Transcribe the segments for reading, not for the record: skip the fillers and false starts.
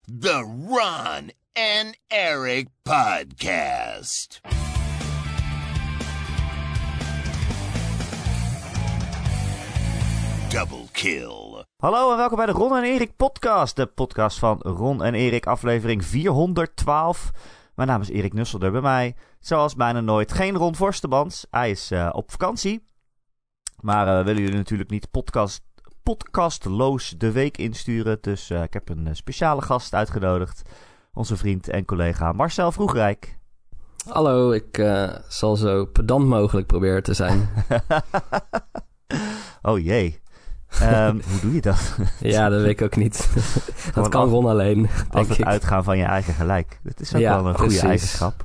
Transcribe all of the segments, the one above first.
The Ron and Eric Podcast. Double kill. Hallo en welkom bij de Ron en Erik podcast. De podcast van Ron en Erik, aflevering 412. Mijn naam is Erik Nusselder. Bij mij, zoals bijna nooit, geen Ron Vorstemans. Hij is op vakantie. Maar willen jullie natuurlijk niet podcastloos de week insturen. Dus ik heb een speciale gast uitgenodigd. Onze vriend en collega Marcel Vroegrijk. Hallo, ik zal zo pedant mogelijk proberen te zijn. Oh jee. Hoe doe je dat? Ja, dat weet ik ook niet. Dat kan Ron alleen, Altijd denk ik. uitgaan van je eigen gelijk. Dat is ook wel een goede eigenschap.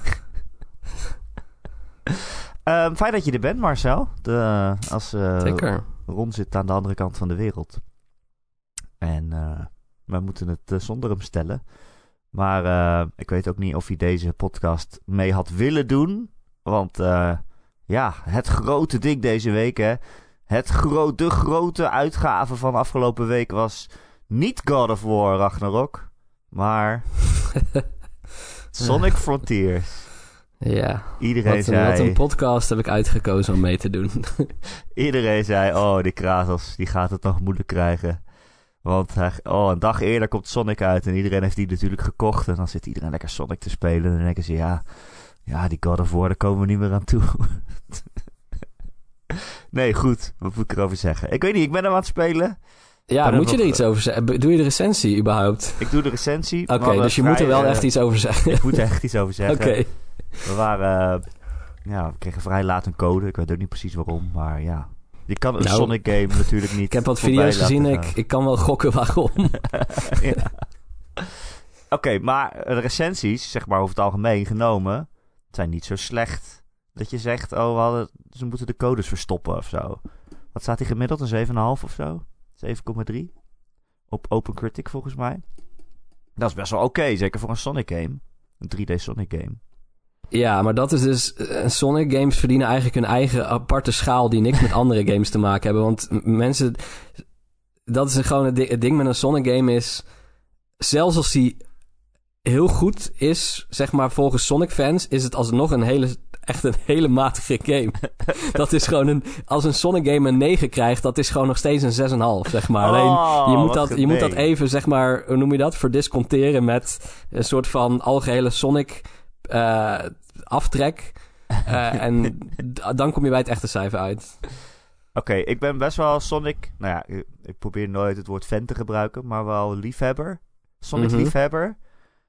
Fijn dat je er bent, Marcel. Zeker. Ron zit aan de andere kant van de wereld. En we moeten het zonder hem stellen. Maar ik weet ook niet of hij deze podcast mee had willen doen. Want het grote ding deze week, hè. De grote uitgave van afgelopen week was niet God of War Ragnarok, maar Sonic Frontiers. Ja, Iedereen zei... Wat een podcast heb ik uitgekozen om mee te doen. Iedereen zei, die Kratos, die gaat het nog moeilijk krijgen. Want een dag eerder komt Sonic uit en iedereen heeft die natuurlijk gekocht. En dan zit iedereen lekker Sonic te spelen. En dan denken ze, ja, die God of War, daar komen we niet meer aan toe. Nee, goed. Wat moet ik erover zeggen? Ik weet niet, ik ben hem aan het spelen. Ja, moet je er iets over zeggen? Doe je de recensie überhaupt? Ik doe de recensie. Oké, dus je moet er wel echt iets over zeggen. Ik moet er echt iets over zeggen. Oké. We kregen vrij laat een code. Ik weet ook niet precies waarom, maar ja. Je kan een Sonic game natuurlijk niet. Ik heb wat video's gezien, ik kan wel gokken waarom. Ja. Oké, maar de recensies, zeg maar over het algemeen genomen, zijn niet zo slecht. Dat je zegt, ze moeten de codes verstoppen of zo. Wat staat die gemiddeld? Een 7,5 of zo? 7,3? Op OpenCritic volgens mij. Dat is best wel oké, zeker voor een Sonic game. Een 3D Sonic game. Ja, maar dat is dus... Sonic games verdienen eigenlijk hun eigen aparte schaal die niks met andere games te maken hebben. Want mensen... Dat is gewoon het ding met een Sonic game is... Zelfs als die heel goed is, zeg maar volgens Sonic fans, is het alsnog echt een hele matige game. Dat is gewoon als een Sonic game een 9 krijgt, dat is gewoon nog steeds een 6,5, zeg maar. Alleen, je moet dat even, zeg maar, hoe noem je dat? Verdisconteren met een soort van algehele Sonic aftrek. En dan kom je bij het echte cijfer uit. Oké, ik ben best wel Sonic... Nou ja, ik probeer nooit het woord fan te gebruiken, maar wel liefhebber. Sonic liefhebber.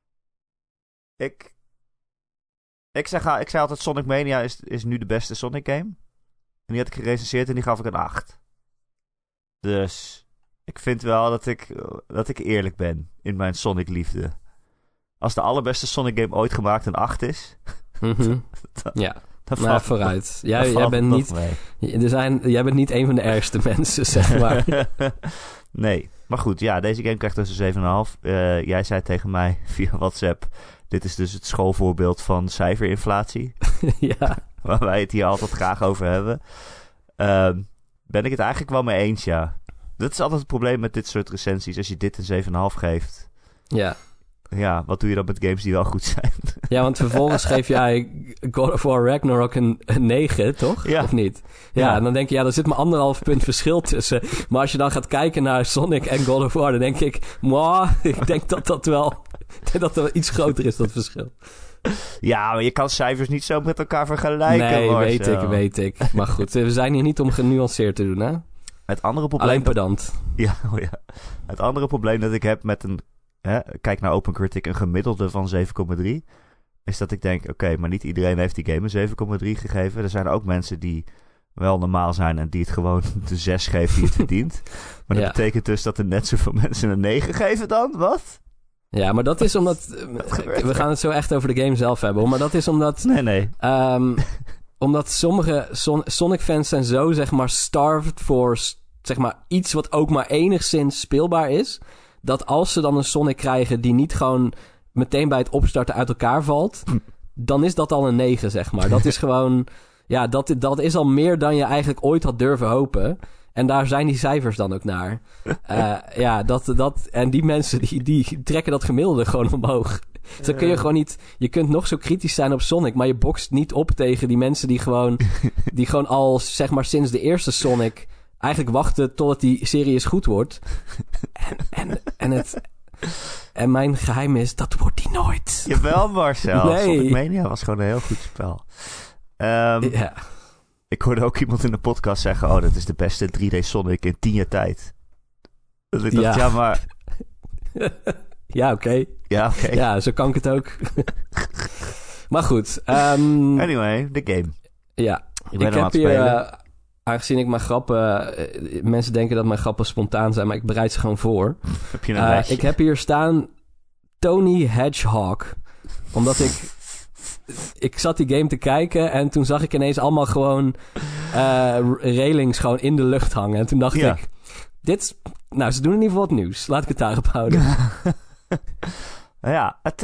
Ik zei altijd Sonic Mania is nu de beste Sonic game. En die had ik gerecenseerd en die gaf ik een 8. Dus ik vind wel dat ik eerlijk ben in mijn Sonic liefde. Als de allerbeste Sonic game ooit gemaakt een 8 is... Ja, maar vooruit. Jij bent niet een van de ergste mensen, zeg maar. Nee, maar goed, ja, deze game krijgt dus een 7,5. Jij zei tegen mij via WhatsApp... Dit is dus het schoolvoorbeeld van cijferinflatie. Ja. Waar wij het hier altijd graag over hebben. Ben ik het eigenlijk wel mee eens, ja. Dat is altijd het probleem met dit soort recensies. Als je dit een 7,5 geeft... Ja. Ja, wat doe je dan met games die wel goed zijn? Ja, want vervolgens geef jij God of War Ragnarok een 9, toch? Ja. Of niet? Ja, en dan denk je, er zit maar 1,5 punt verschil tussen. Maar als je dan gaat kijken naar Sonic en God of War, dan denk ik... ik denk dat wel iets groter is, dat verschil. Ja, maar je kan cijfers niet zo met elkaar vergelijken. Nee, weet ik. Maar goed, we zijn hier niet om genuanceerd te doen, hè? Het andere probleem... Alleen pedant. Ja. Het andere probleem dat ik heb met kijk naar OpenCritic, een gemiddelde van 7,3... is dat ik denk, oké, maar niet iedereen heeft die game een 7,3 gegeven. Er zijn ook mensen die wel normaal zijn en die het gewoon de 6 geven die het verdient. Maar dat betekent dus dat er net zoveel mensen een 9 geven dan? Wat? Ja, maar dat is omdat... we gaan het zo echt over de game zelf hebben, maar dat is omdat... Nee. Omdat sommige Sonic-fans zijn zo, zeg maar, starved voor, zeg maar, iets wat ook maar enigszins speelbaar is. Dat als ze dan een Sonic krijgen die niet gewoon meteen bij het opstarten uit elkaar valt, dan is dat al een 9, zeg maar. Dat is gewoon... Ja, dat is al meer dan je eigenlijk ooit had durven hopen. En daar zijn die cijfers dan ook naar. En die mensen die trekken dat gemiddelde gewoon omhoog. Dus dan kun je gewoon niet... Je kunt nog zo kritisch zijn op Sonic, maar je bokst niet op tegen die mensen die gewoon al, zeg maar, sinds de eerste Sonic eigenlijk wachten totdat die serie eens goed wordt. En mijn geheim is, dat wordt die nooit. Jawel, Marcel. Nee. Sonic Mania was gewoon een heel goed spel. Ja. Ik hoorde ook iemand in de podcast zeggen... Oh, dat is de beste 3D Sonic in 10 jaar tijd. Dat ik dacht, ja maar... Ja, oké. Ja, oké. Ja, zo kan ik het ook. Maar goed. Anyway, de game. Ja. Ik ben Ik hem aan heb het spelen. hier... Aangezien ik mijn grappen... mensen denken dat mijn grappen spontaan zijn, maar ik bereid ze gewoon voor. Heb je een lijstje? Ik heb hier staan Tony Hedgehog. Omdat ik zat die game te kijken en toen zag ik ineens allemaal gewoon railings gewoon in de lucht hangen. En toen dacht ik, nou, ze doen in ieder geval wat nieuws. Laat ik het daarop houden. Ja, het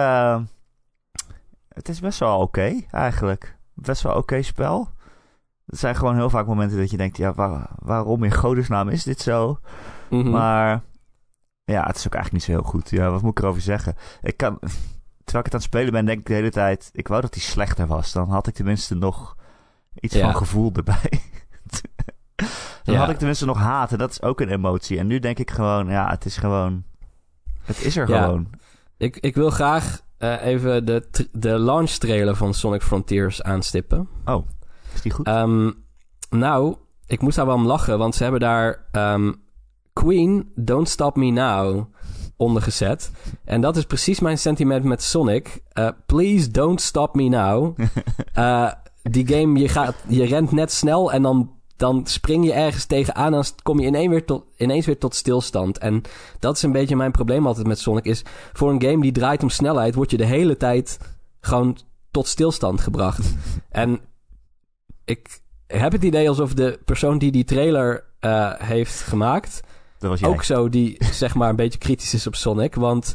is best wel oké, eigenlijk. Best wel oké spel. Er zijn gewoon heel vaak momenten dat je denkt, ja, waarom in godesnaam is dit zo? Mhm. Maar ja, het is ook eigenlijk niet zo heel goed. Ja, wat moet ik erover zeggen? Terwijl ik het aan het spelen ben, denk ik de hele tijd... Ik wou dat hij slechter was. Dan had ik tenminste nog iets van gevoel erbij. Dan had ik tenminste nog haat. En dat is ook een emotie. En nu denk ik gewoon... Ja, het is gewoon... Het is er gewoon. Ik wil graag even de launch trailer van Sonic Frontiers aanstippen. Oh, is die goed? Nou, ik moest daar wel om lachen. Want ze hebben daar Queen, Don't Stop Me Now onder gezet. En dat is precies mijn sentiment met Sonic. Please don't stop me now. Die game, je rent net snel en dan spring je ergens tegenaan en dan kom je ineens weer tot stilstand. En dat is een beetje mijn probleem altijd met Sonic. Is voor een game die draait om snelheid, word je de hele tijd gewoon tot stilstand gebracht. En ik heb het idee alsof de persoon die trailer heeft gemaakt... Dat was jij. Ook zo die, zeg maar, een beetje kritisch is op Sonic. Want,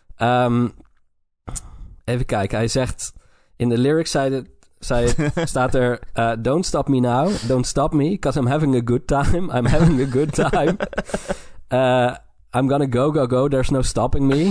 even kijken. Hij zegt, in de lyrics staat er... don't stop me now. Don't stop me, because I'm having a good time. I'm having a good time. I'm gonna go. There's no stopping me.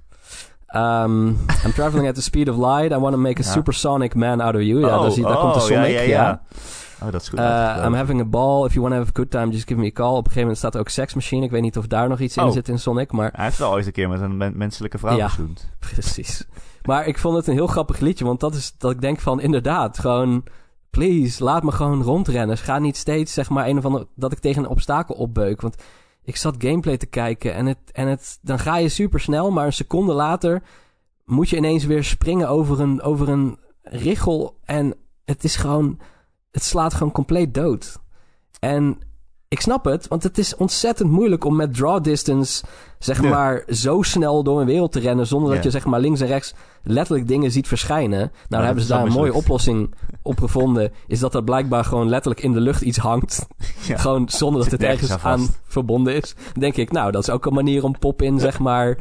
I'm traveling at the speed of light. I want to make a supersonic man out of you. Ja, daar komt de Sonic. Ja. Oh, dat is goed. I'm having a ball. If you want to have a good time, just give me a call. Op een gegeven moment staat er ook Sex Machine. Ik weet niet of daar nog iets in zit in Sonic, maar... Hij heeft wel ooit een keer met een menselijke vrouw gezoend. Precies. Maar ik vond het een heel grappig liedje, want dat is dat ik denk van inderdaad, gewoon... Please, laat me gewoon rondrennen. Ga niet steeds, zeg maar, dat ik tegen een obstakel opbeuk. Want ik zat gameplay te kijken en dan ga je super snel, maar een seconde later moet je ineens weer springen over een richel. En het is gewoon... Het slaat gewoon compleet dood. En ik snap het, want het is ontzettend moeilijk om met draw distance, zeg maar, zo snel door een wereld te rennen, zonder dat je, zeg maar, links en rechts letterlijk dingen ziet verschijnen. Nou, daar hebben ze daar een mooie oplossing op gevonden. Is dat er blijkbaar gewoon letterlijk in de lucht iets hangt. Ja. Gewoon zonder dat het ergens aan verbonden is. Dan denk ik, nou, dat is ook een manier om pop-in, zeg maar,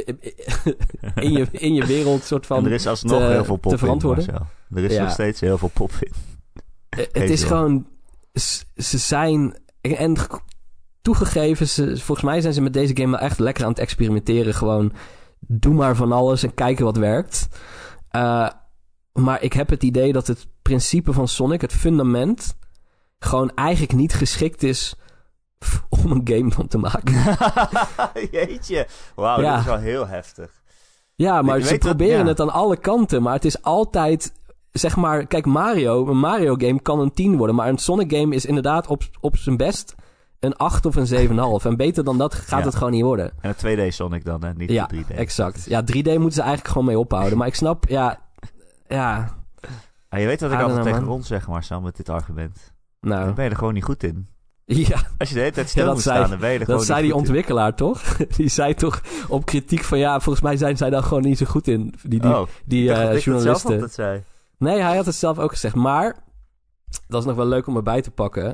in je wereld soort van en er is alsnog heel veel pop-in, te verantwoorden. Marcel. Er is nog steeds heel veel pop-in. Het is gewoon... Ze zijn... En toegegeven, volgens mij zijn ze met deze game wel echt lekker aan het experimenteren. Gewoon, doe maar van alles en kijken wat werkt. Maar ik heb het idee dat het principe van Sonic, het fundament, gewoon eigenlijk niet geschikt is om een game van te maken. Jeetje. Wauw, dat is wel heel heftig. Ja, maar ze proberen het aan alle kanten. Maar het is altijd... Zeg maar, kijk, een Mario game kan een 10 worden. Maar een Sonic game is inderdaad op zijn best een 8 of een 7,5. En beter dan dat gaat het gewoon niet worden. En een 2D Sonic dan, hè? Niet ja, 3D. Exact. Ja, 3D moeten ze eigenlijk gewoon mee ophouden. Maar ik snap, ja... Je weet wat ik altijd tegen Ron zeg, Marcel, met dit argument. Nou. Dan ben je er gewoon niet goed in. Ja. Als je de hele tijd stil moet staan, dan ben je er gewoon niet Dat zei die goed ontwikkelaar, toch? Die zei toch op kritiek van... Ja, volgens mij zijn zij daar gewoon niet zo goed in. Die journalisten. Dat zelf dat zei. Nee, hij had het zelf ook gezegd. Maar, dat is nog wel leuk om erbij te pakken.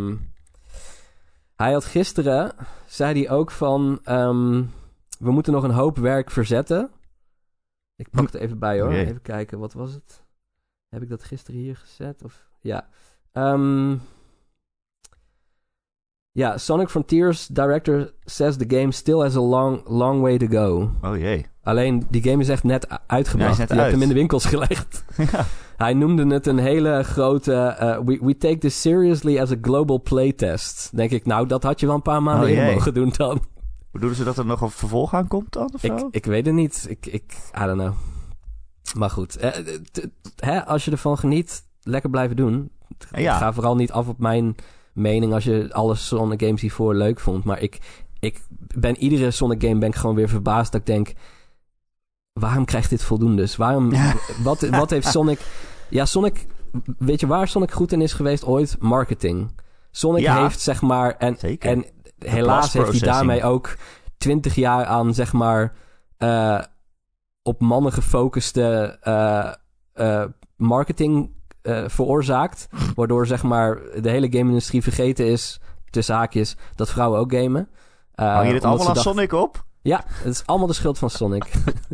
Hij had gisteren, zei hij ook van... we moeten nog een hoop werk verzetten. Ik pak het even bij, hoor. Even kijken, wat was het? Heb ik dat gisteren hier gezet? Of ja. Ja, Sonic Frontiers director says the game still has a long way to go. Oh jee. Alleen, die game is echt net uitgebracht. Ja, Je hebt hem in de winkels gelegd. Ja. Hij noemde het een hele grote... we take this seriously as a global playtest. Denk ik, nou, dat had je wel een paar maanden eerder mogen doen dan. Bedoelen ze dat er nog een vervolg aan komt dan, of zo? Ik weet het niet. I don't know. Maar goed. Als je ervan geniet, lekker blijven doen. Ja. Ga vooral niet af op mijn mening als je alle Sonic games hiervoor leuk vond. Maar ik ben iedere Sonic game ben ik gewoon weer verbaasd dat ik denk... Waarom krijgt dit voldoendes? Waarom... Wat heeft Sonic... Ja, Sonic... Weet je waar Sonic goed in is geweest ooit? Marketing. Sonic heeft, zeg maar... En helaas heeft hij daarmee ook 20 jaar aan, zeg maar... op mannen gefocuste marketing veroorzaakt. Waardoor, zeg maar, de hele game-industrie vergeten is... tussen haakjes, dat vrouwen ook gamen. Hang je dit allemaal aan Sonic op? Ja, het is allemaal de schuld van Sonic.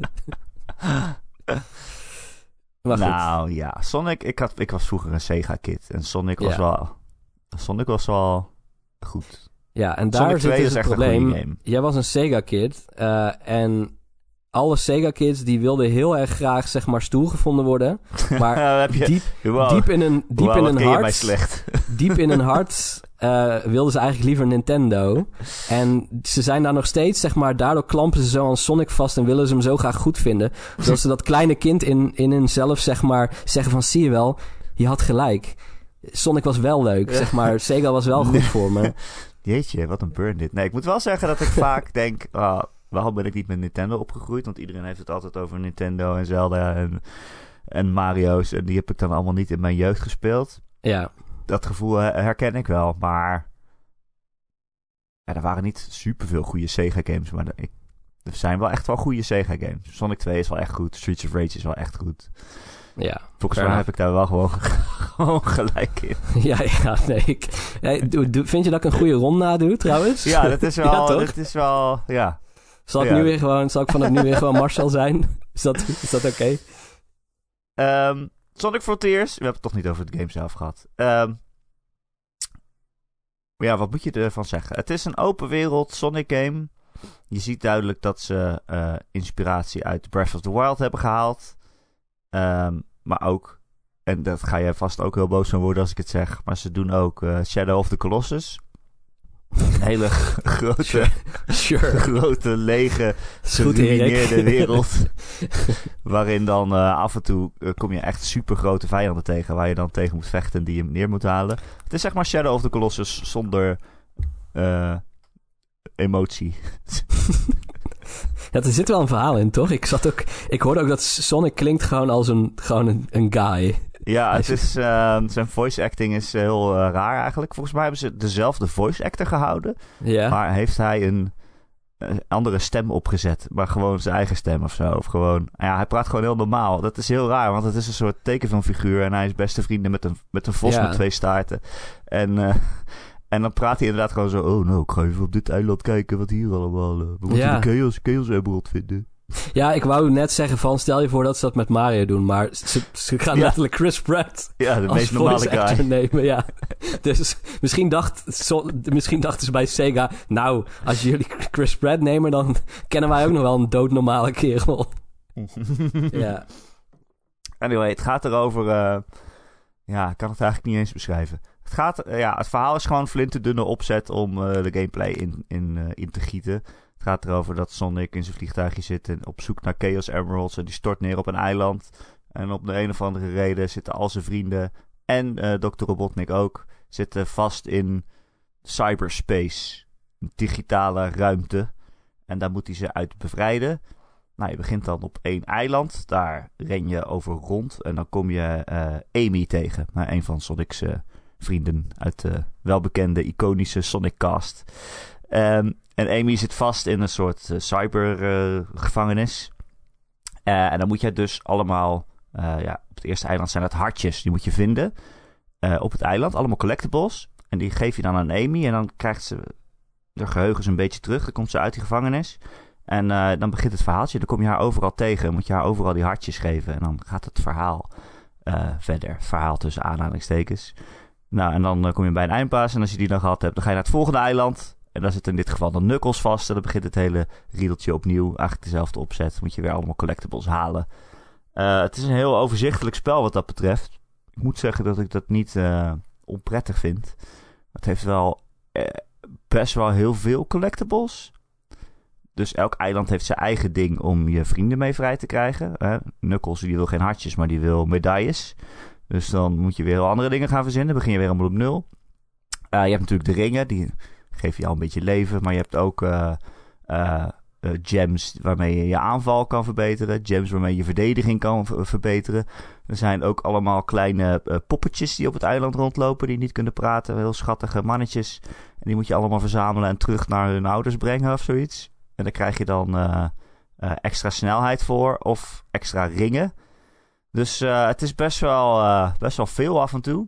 Maar nou ja, Sonic... Ik was vroeger een Sega-kid. En Sonic was wel goed. Ja, en daar zit dus het probleem. Jij was een Sega-kid. En alle Sega-kids die wilden heel erg graag, zeg maar, stoer gevonden worden. Maar diep in hun hart... diep in hun hart wilden ze eigenlijk liever Nintendo. En ze zijn daar nog steeds, zeg maar... Daardoor klampen ze zo aan Sonic vast en willen ze hem zo graag goed vinden. Zodat ze dat kleine kind in hunzelf, zeg maar... zeggen van, zie je wel, je had gelijk. Sonic was wel leuk, zeg maar. Sega was wel goed voor me. Jeetje, wat een burn dit. Nee, ik moet wel zeggen dat ik vaak denk... waarom ben ik niet met Nintendo opgegroeid? Want iedereen heeft het altijd over Nintendo en Zelda en Mario's. En die heb ik dan allemaal niet in mijn jeugd gespeeld. Ja. Dat gevoel herken ik wel. Maar er waren niet superveel goede Sega-games. Maar er zijn wel echt wel goede Sega-games. Sonic 2 is wel echt goed. Streets of Rage is wel echt goed. Ja. Volgens mij heb ik daar wel gewoon gelijk in. Ja, nee. Vind je dat ik een goede ronde nadoe, trouwens? Ja, dat is wel... Ja. Zal ik vanaf nu weer gewoon Marcel zijn? Is dat oké? Sonic Frontiers. We hebben het toch niet over het game zelf gehad. Ja, wat moet je ervan zeggen? Het is een open wereld Sonic game. Je ziet duidelijk dat ze inspiratie uit Breath of the Wild hebben gehaald. Maar ook, en dat ga jij vast ook heel boos van worden als ik het zeg, maar ze doen ook Shadow of the Colossus. Een hele grote, lege, geruïneerde wereld. Waarin dan af en toe kom je echt super grote vijanden tegen, waar je dan tegen moet vechten en die je neer moet halen. Het is zeg maar Shadow of the Colossus zonder emotie. Ja, er zit wel een verhaal in, toch? Ik hoorde ook dat Sonic klinkt gewoon als een guy. Ja, het is, zijn voice acting is heel raar eigenlijk. Volgens mij hebben ze dezelfde voice actor gehouden. Ja. Maar heeft hij een andere stem opgezet. Maar gewoon zijn eigen stem of zo. Of gewoon, ja, hij praat gewoon heel normaal. Dat is heel raar, want het is een soort tekenfilmfiguur. En hij is beste vrienden met een vos met 2 staarten. En dan praat hij inderdaad gewoon zo... Oh, nou, ik ga even op dit eiland kijken wat hier allemaal... we moeten de Chaos Emerald vinden. Ja, ik wou net zeggen van... Stel je voor dat ze dat met Mario doen. Maar ze gaan letterlijk Chris Pratt... Ja, de meest normale guy. Nemen, ja. Dus misschien dachten ze bij Sega... Nou, als jullie Chris Pratt nemen... dan kennen wij ook nog wel een doodnormale kerel. Ja. Anyway, het gaat erover... ik kan het eigenlijk niet eens beschrijven. Het verhaal is gewoon flinterdunne opzet om de gameplay in te gieten. Het gaat erover dat Sonic in zijn vliegtuigje zit en op zoek naar Chaos Emeralds. En die stort neer op een eiland. En op de een of andere reden zitten al zijn vrienden en Dr. Robotnik ook... zitten vast in cyberspace, een digitale ruimte. En daar moet hij ze uit bevrijden. Nou, je begint dan op 1 eiland. Daar ren je over rond. En dan kom je Amy tegen. Een van Sonic's vrienden uit de welbekende, iconische Sonic cast. En Amy zit vast in een soort cybergevangenis. En dan moet je dus allemaal... op het eerste eiland zijn het hartjes. Die moet je vinden op het eiland. Allemaal collectibles. En die geef je dan aan Amy. En dan krijgt ze haar geheugen een beetje terug. Dan komt ze uit die gevangenis. En dan begint het verhaaltje. Dan kom je haar overal tegen. Moet je haar overal die hartjes geven. En dan gaat het verhaal verder. Verhaal tussen aanhalingstekens. Nou, en dan kom je bij een eindbaas. En als je die dan gehad hebt, dan ga je naar het volgende eiland. En daar zit in dit geval dan Knuckles vast. En dan begint het hele riedeltje opnieuw. Eigenlijk dezelfde opzet. Moet je weer allemaal collectibles halen. Het is een heel overzichtelijk spel wat dat betreft. Ik moet zeggen dat ik dat niet onprettig vind. Het heeft wel best wel heel veel collectibles. Dus elk eiland heeft zijn eigen ding om je vrienden mee vrij te krijgen. Knuckles die wil geen hartjes, maar die wil medailles. Dus dan moet je weer heel andere dingen gaan verzinnen. Dan begin je weer helemaal op nul. Je hebt natuurlijk de ringen, die geven je al een beetje leven. Maar je hebt ook gems waarmee je je aanval kan verbeteren. Gems waarmee je je verdediging kan verbeteren. Er zijn ook allemaal kleine poppetjes die op het eiland rondlopen. Die niet kunnen praten. Heel schattige mannetjes. En die moet je allemaal verzamelen en terug naar hun ouders brengen of zoiets. En daar krijg je dan extra snelheid voor of extra ringen. Dus het is best wel veel af en toe.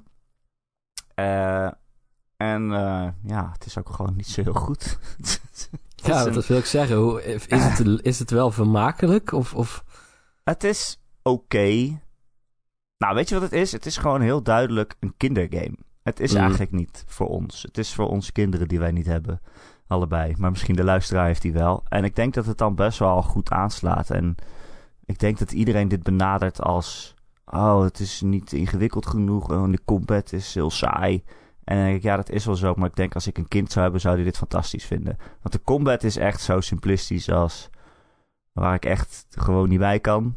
Het is ook gewoon niet zo heel goed. Ja, dat wil ik zeggen. Is het wel vermakelijk? Of? Het is oké. Nou, weet je wat het is? Het is gewoon heel duidelijk een kindergame. Het is eigenlijk niet voor ons. Het is voor onze kinderen die wij niet hebben. Allebei. Maar misschien de luisteraar heeft die wel. En ik denk dat het dan best wel goed aanslaat. En ik denk dat iedereen dit benadert als... Oh, het is niet ingewikkeld genoeg. Oh, de combat is heel saai. En dan denk ik, ja, dat is wel zo. Maar ik denk, als ik een kind zou hebben, zou die dit fantastisch vinden. Want de combat is echt zo simplistisch als... Waar ik echt gewoon niet bij kan.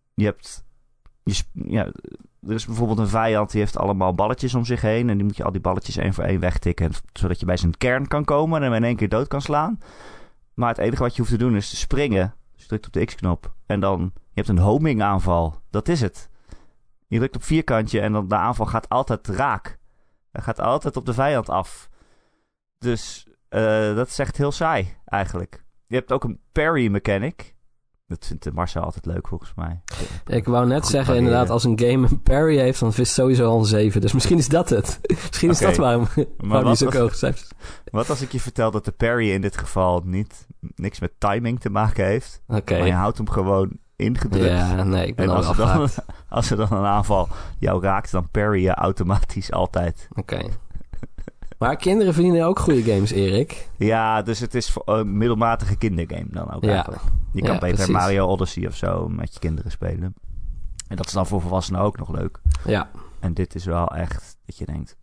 Er is bijvoorbeeld een vijand die heeft allemaal balletjes om zich heen. En die moet je al die balletjes één voor één wegtikken. Zodat je bij zijn kern kan komen en hem in één keer dood kan slaan. Maar het enige wat je hoeft te doen is te springen. Dus je drukt op de X-knop. En dan, je hebt een homing aanval. Dat is het. Je drukt op vierkantje en dan de aanval gaat altijd raak. Hij gaat altijd op de vijand af. Dus dat is echt heel saai eigenlijk. Je hebt ook een parry mechanic. Dat vindt Marcel altijd leuk volgens mij. Ik wou net zeggen, inderdaad, als een game een parry heeft, dan is het sowieso al een 7. Dus misschien is dat het. Misschien is dat waarom die zo hoog cijfers. Wat als ik je vertel dat de parry in dit geval niks met timing te maken heeft? Okay. Maar je houdt hem gewoon ingedrukt. Ja, nee, ik ben al als er dan een aanval jou raakt, dan parry je automatisch altijd. Oké. Maar kinderen verdienen ook goede games, Erik. Ja, dus het is een middelmatige kindergame dan ook eigenlijk. Je kan beter precies. Mario Odyssey of zo met je kinderen spelen. En dat is dan voor volwassenen ook nog leuk. Ja. En dit is wel echt dat je denkt...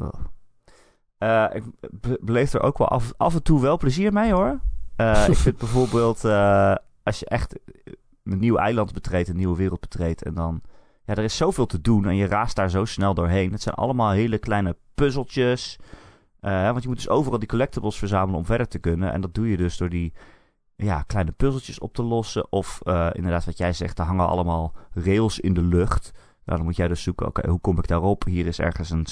Oh. Ik beleef er ook wel af en toe wel plezier mee, hoor. Ik vind bijvoorbeeld... als je echt een nieuw eiland betreedt, een nieuwe wereld betreedt... en dan... Ja, er is zoveel te doen en je raast daar zo snel doorheen. Het zijn allemaal hele kleine puzzeltjes... want je moet dus overal die collectibles verzamelen om verder te kunnen. En dat doe je dus door die kleine puzzeltjes op te lossen. Of inderdaad wat jij zegt, er hangen allemaal rails in de lucht. Nou, dan moet jij dus zoeken, oké, hoe kom ik daarop? Hier is ergens een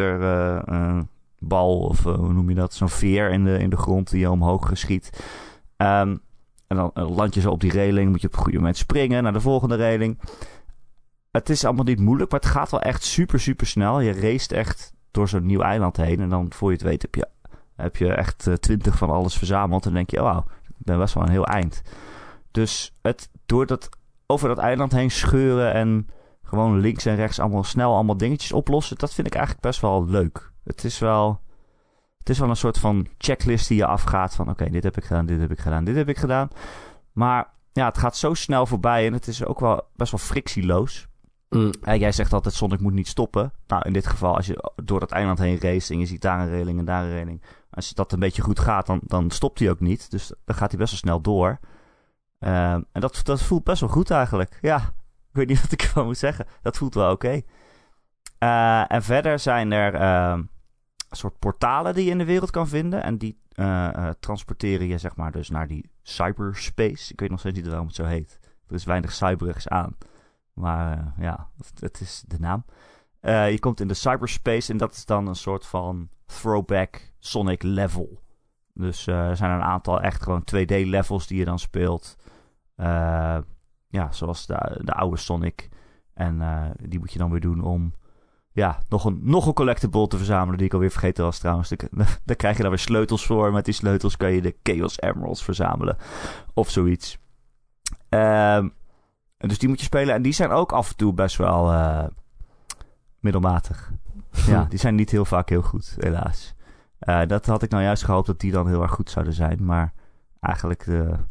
stuiterbal of hoe noem je dat? Zo'n veer in de grond die je omhoog geschiet. En dan land je zo op die reling. Moet je op een goede moment springen naar de volgende reling. Het is allemaal niet moeilijk, maar het gaat wel echt super, super snel. Je race echt... door zo'n nieuw eiland heen. En dan, voor je het weet, heb je echt 20 van alles verzameld. En dan denk je, wauw, ik ben best wel een heel eind. Dus over dat eiland heen scheuren... en gewoon links en rechts allemaal dingetjes oplossen... dat vind ik eigenlijk best wel leuk. Het is wel een soort van checklist die je afgaat... van oké, dit heb ik gedaan, dit heb ik gedaan, dit heb ik gedaan. Maar ja, het gaat zo snel voorbij... en het is ook wel best wel frictieloos... Jij zegt altijd, Sonic moet niet stoppen. Nou, in dit geval, als je door dat eiland heen race... en je ziet daar een reling en daar een reling... als dat een beetje goed gaat, dan stopt hij ook niet. Dus dan gaat hij best wel snel door. En dat voelt best wel goed eigenlijk. Ja, ik weet niet wat ik ervan moet zeggen. Dat voelt wel oké. En verder zijn er een soort portalen die je in de wereld kan vinden... en die transporteren je zeg maar dus naar die cyberspace. Ik weet nog steeds niet waarom het zo heet. Er is weinig cyberigs aan... Maar het is de naam. Je komt in de cyberspace en dat is dan een soort van throwback Sonic level. Dus er zijn een aantal echt gewoon 2D levels die je dan speelt. Zoals de oude Sonic. En die moet je dan weer doen om nog een collectible te verzamelen die ik alweer vergeten was trouwens. Daar krijg je dan weer sleutels voor. Met die sleutels kan je de Chaos Emeralds verzamelen. Of zoiets. Dus die moet je spelen. En die zijn ook af en toe best wel middelmatig. Ja, die zijn niet heel vaak heel goed, helaas. Dat had ik nou juist gehoopt dat die dan heel erg goed zouden zijn. Maar eigenlijk...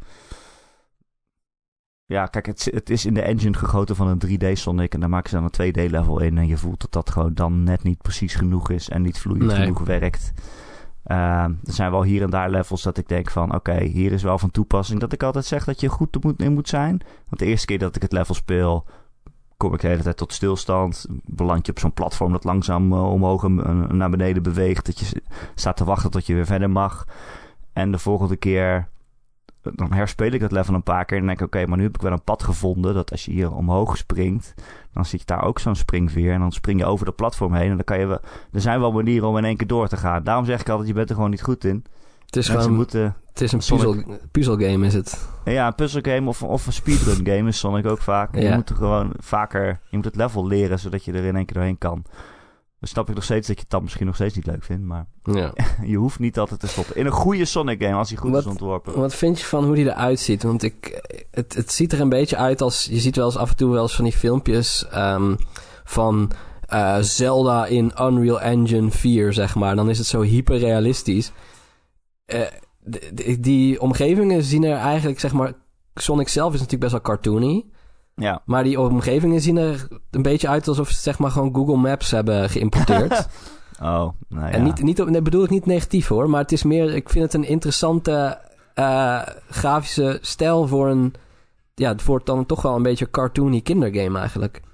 Ja, kijk, het is in de engine gegoten van een 3D Sonic. En daar maken ze dan een 2D level in. En je voelt dat dat gewoon dan net niet precies genoeg is. En niet vloeiend genoeg werkt. Er zijn wel hier en daar levels dat ik denk van... Oké, hier is wel van toepassing dat ik altijd zeg dat je goed in moet zijn. Want de eerste keer dat ik het level speel... kom ik de hele tijd tot stilstand. Beland je op zo'n platform dat langzaam omhoog en naar beneden beweegt. Dat je staat te wachten tot je weer verder mag. En de volgende keer... dan herspeel ik dat level een paar keer en denk ik... oké, maar nu heb ik wel een pad gevonden... dat als je hier omhoog springt... dan zit je daar ook zo'n springveer... en dan spring je over dat platform heen... en dan kan je er zijn wel manieren om in één keer door te gaan. Daarom zeg ik altijd, je bent er gewoon niet goed in. Het is gewoon... het is een puzzelgame, is het? Ja, een puzzelgame of een speedrun game is Sonic ook vaak. Je moet er gewoon vaker... je moet het level leren... zodat je er in één keer doorheen kan. Dan snap ik nog steeds dat je het dan misschien nog steeds niet leuk vindt. Maar je hoeft niet altijd te stoppen. In een goede Sonic game, als hij goed is ontworpen. Wat vind je van hoe die eruit ziet? Want het ziet er een beetje uit als... je ziet wel eens af en toe wel eens van die filmpjes... van Zelda in Unreal Engine 4, zeg maar. Dan is het zo hyperrealistisch. Die omgevingen zien er eigenlijk, zeg maar... Sonic zelf is natuurlijk best wel cartoony... Ja. Maar die omgevingen zien er een beetje uit alsof ze zeg maar gewoon Google Maps hebben geïmporteerd. Nou ja. En dat bedoel ik niet negatief hoor, maar het is meer, ik vind het een interessante grafische stijl voor dan toch wel een beetje cartoony kindergame eigenlijk.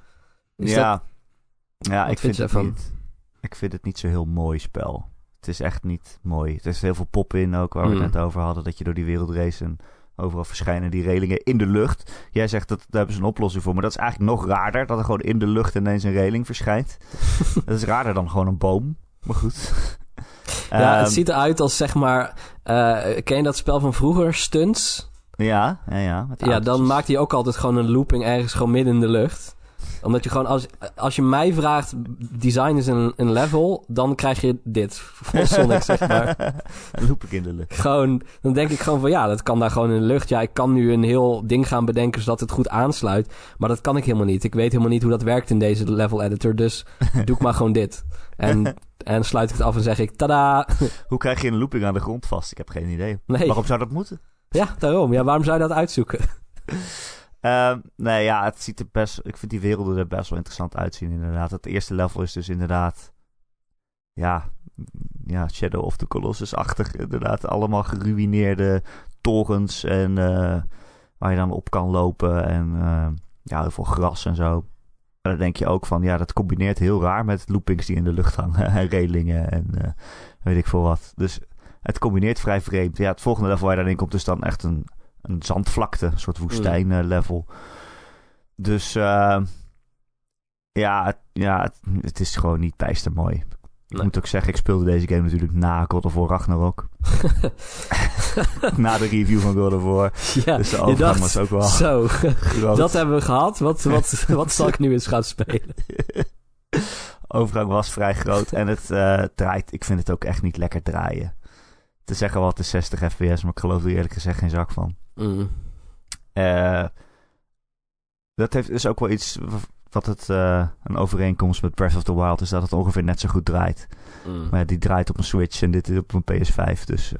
Ik vind het niet zo heel mooi spel. Het is echt niet mooi. Er is heel veel pop in ook, waar we het net over hadden, dat je door die wereld race en overal verschijnen die relingen in de lucht. Jij zegt dat daar hebben ze een oplossing voor. Maar dat is eigenlijk nog raarder. Dat er gewoon in de lucht ineens een reling verschijnt. Dat is raarder dan gewoon een boom. Maar goed. Het ziet eruit als zeg maar... ken je dat spel van vroeger? Stunts? Ja. Ja, dan maakt hij ook altijd gewoon een looping ergens gewoon midden in de lucht. Omdat je gewoon... Als je mij vraagt... design is een level... dan krijg je dit. Vol Sonic, zeg maar. Een looping in de lucht. Gewoon... Dan denk ik gewoon van... ja, dat kan daar gewoon in de lucht. Ja, ik kan nu een heel ding gaan bedenken... zodat het goed aansluit. Maar dat kan ik helemaal niet. Ik weet helemaal niet hoe dat werkt in deze level editor. Dus doe ik maar gewoon dit. En sluit ik het af en zeg ik... Tada! Hoe krijg je een looping aan de grond vast? Ik heb geen idee. Nee. Waarom zou dat moeten? Ja, daarom. Ja, waarom zou je dat uitzoeken? Het ziet er best... Ik vind die werelden er best wel interessant uitzien, inderdaad. Het eerste level is dus inderdaad... Ja, Shadow of the Colossus-achtig. Inderdaad, allemaal geruïneerde torens en waar je dan op kan lopen. En heel veel gras en zo. En dan denk je ook van, dat combineert heel raar met loopings die in de lucht hangen. En relingen en weet ik veel wat. Dus het combineert vrij vreemd. Ja, het volgende level waar je dan in komt is dan echt een zandvlakte, een soort woestijn-level. Dus het is gewoon niet bijster mooi. Ik moet ook zeggen, ik speelde deze game natuurlijk na God of War Ragnarok. Na de review van God of War. Ja, dus de overgang was ook wel... Zo, dat hebben we gehad. Wat zal ik nu eens gaan spelen? Overgang was vrij groot en het draait... Ik vind het ook echt niet lekker draaien. Te zeggen wat is 60 fps, maar ik geloof er eerlijk gezegd geen zak van. Dat is ook wel iets wat het een overeenkomst met Breath of the Wild is, dat het ongeveer net zo goed draait. Maar die draait op een Switch en dit is op een PS5, dus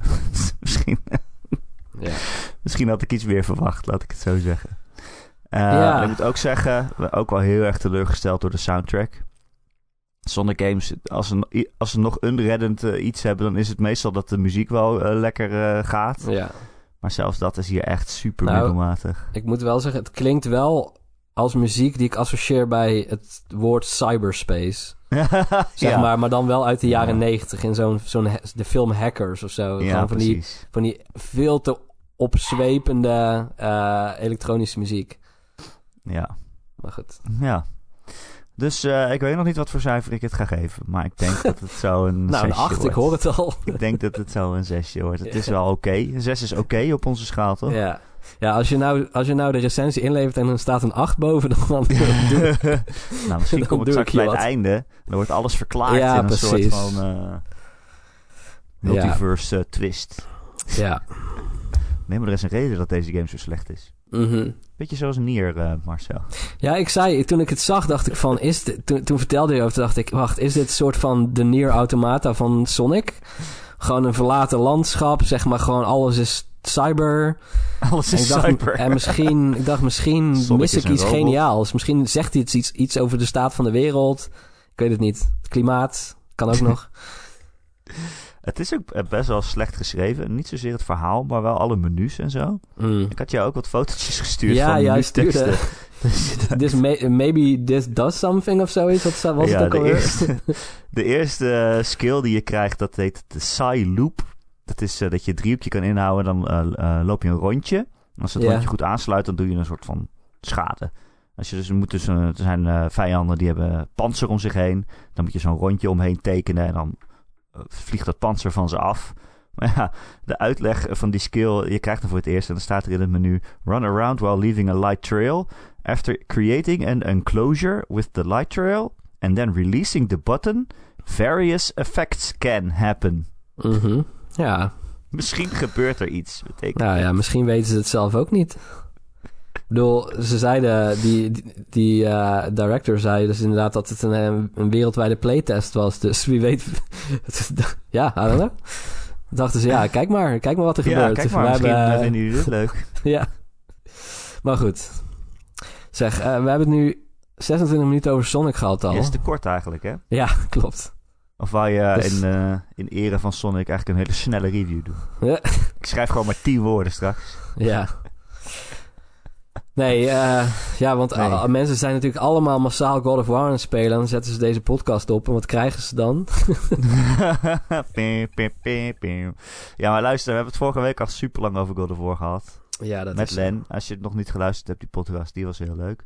misschien had ik iets meer verwacht, laat ik het zo zeggen. Ik moet ook zeggen, ook wel heel erg teleurgesteld door de soundtrack. Sonic games, als ze nog unreddend iets hebben, dan is het meestal dat de muziek wel lekker gaat. Ja. Maar zelfs dat is hier echt super middelmatig. Ik moet wel zeggen, het klinkt wel als muziek die ik associeer bij het woord cyberspace. Zeg maar dan wel uit de jaren 90 in de film Hackers of zo. Ja, van die veel te opzwepende elektronische muziek. Ja. Maar goed. Ja. Dus ik weet nog niet wat voor cijfer ik het ga geven. Maar ik denk dat het zo een 6 een 8, wordt. Ik hoor het al. Ik denk dat het zo een 6 wordt. Het is wel oké. Een 6 is oké op onze schaal, toch? Ja. Ja, als je nou de recensie inlevert en er staat een 8 boven, dan misschien kom ik straks bij het einde. Dan wordt alles verklaard in een soort van multiverse twist. Ja. Nee, maar er is een reden dat deze game zo slecht is. Beetje zoals Nier, Marcel. Ja, ik zei, toen ik het zag, dacht ik van... Toen vertelde je over, dacht ik... Wacht, is dit een soort van de Nier Automata van Sonic? Gewoon een verlaten landschap, zeg maar. Gewoon alles is cyber. Alles is cyber. En ik dacht, misschien mis ik iets geniaals. Misschien zegt hij iets over de staat van de wereld. Ik weet het niet. Het klimaat kan ook nog. Het is ook best wel slecht geschreven. Niet zozeer het verhaal, maar wel alle menus en zo. Ik had jou ook wat fotootjes gestuurd van menuteksten. Maybe this does something of zoiets. Wat was het ook alweer? De eerste skill die je krijgt, dat heet de Psy Loop. Dat is dat je 3 kan inhouden, dan loop je een rondje. En als het rondje goed aansluit, dan doe je een soort van schade. Als je er zijn vijanden die hebben pantser om zich heen. Dan moet je zo'n rondje omheen tekenen en dan vliegt dat pantser van ze af. Maar ja, de uitleg van die skill, je krijgt hem voor het eerst en dan staat er in het menu: run around while leaving a light trail. After creating an enclosure with the light trail and then releasing the button, various effects can happen. Ja. Misschien gebeurt er iets. Nou ja, misschien weten ze het zelf ook niet. Ik bedoel, ze zeiden, die director zei dus inderdaad dat het een wereldwijde playtest was. Dus wie weet... ja, I don't know. Dachten ze, kijk maar wat er gebeurt. Kijk maar, misschien vinden jullie dit leuk. Ja. Maar goed. Zeg, we hebben het nu 26 minuten over Sonic gehad al. Ja, is te kort eigenlijk, hè? Ja, klopt. Of wou je dus in ere van Sonic eigenlijk een hele snelle review doen? Ja. Ik schrijf gewoon maar 10 woorden straks. Ja. Nee, want mensen zijn natuurlijk allemaal massaal God of War aan het spelen. Dan zetten ze deze podcast op. En wat krijgen ze dan? Ja, maar luister, we hebben het vorige week al super lang over God of War gehad. Ja, dat met is Len. Als je het nog niet geluisterd hebt, die podcast, die was heel leuk.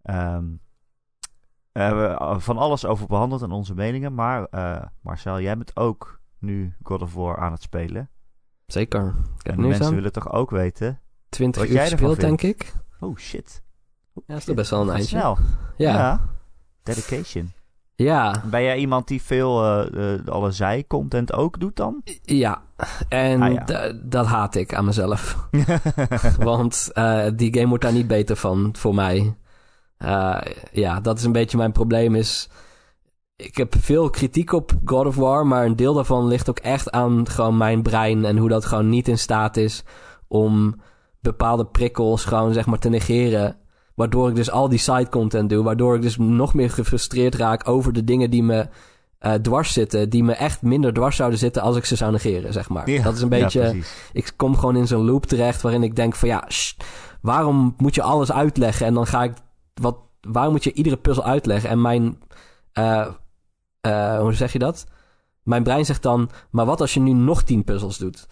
We hebben van alles over behandeld en onze meningen. Maar Marcel, jij bent ook nu God of War aan het spelen. Zeker. En de mensen willen toch ook weten 20 wat uur jij gespeeld, denk ik. Oh, shit. Ja, dat is toch best wel een eindje. Snel. Ja. Dedication. Ja. Ben jij iemand die veel alle zij-content ook doet dan? Ja. En dat haat ik aan mezelf. Want die game wordt daar niet beter van, voor mij. Dat is een beetje mijn probleem is... Ik heb veel kritiek op God of War, maar een deel daarvan ligt ook echt aan gewoon mijn brein en hoe dat gewoon niet in staat is om bepaalde prikkels gewoon zeg maar te negeren. Waardoor ik dus al die side content doe, waardoor ik dus nog meer gefrustreerd raak over de dingen die me dwars zitten, die me echt minder dwars zouden zitten als ik ze zou negeren, zeg maar. Ja, dat is een beetje... Ik kom gewoon in zo'n loop terecht waarin ik denk van waarom moet je alles uitleggen? En dan ga ik... Waarom moet je iedere puzzel uitleggen? En mijn... hoe zeg je dat? Mijn brein zegt dan... Maar wat als je nu nog 10 puzzels doet?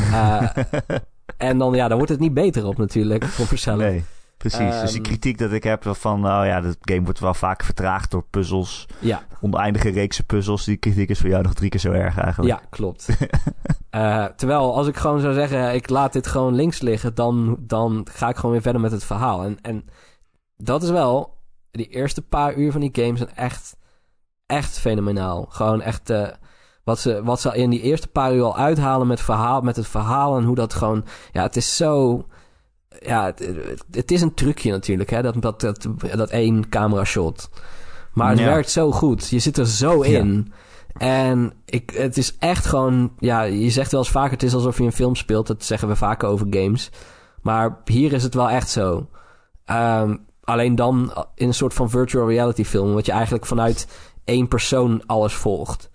En dan wordt het niet beter op natuurlijk. Voor mezelf. Nee, precies. Dus die kritiek dat ik heb van... dat game wordt wel vaak vertraagd door puzzels. Ja. Oneindige reeksen puzzels. Die kritiek is voor jou nog 3 keer zo erg eigenlijk. Ja, klopt. Terwijl als ik gewoon zou zeggen... Ik laat dit gewoon links liggen... Dan ga ik gewoon weer verder met het verhaal. En dat is wel... Die eerste paar uur van die game zijn echt fenomenaal. Gewoon echt... Wat ze in die eerste paar uur al uithalen met het verhaal... en hoe dat gewoon... Ja, het is zo... Ja, het is een trucje natuurlijk, hè. Dat 1 camera shot. Maar het werkt zo goed. Je zit er zo in. En het is echt gewoon... Ja, je zegt wel eens vaker... Het is alsof je een film speelt. Dat zeggen we vaker over games. Maar hier is het wel echt zo. Alleen dan in een soort van virtual reality film... wat je eigenlijk vanuit 1 persoon alles volgt.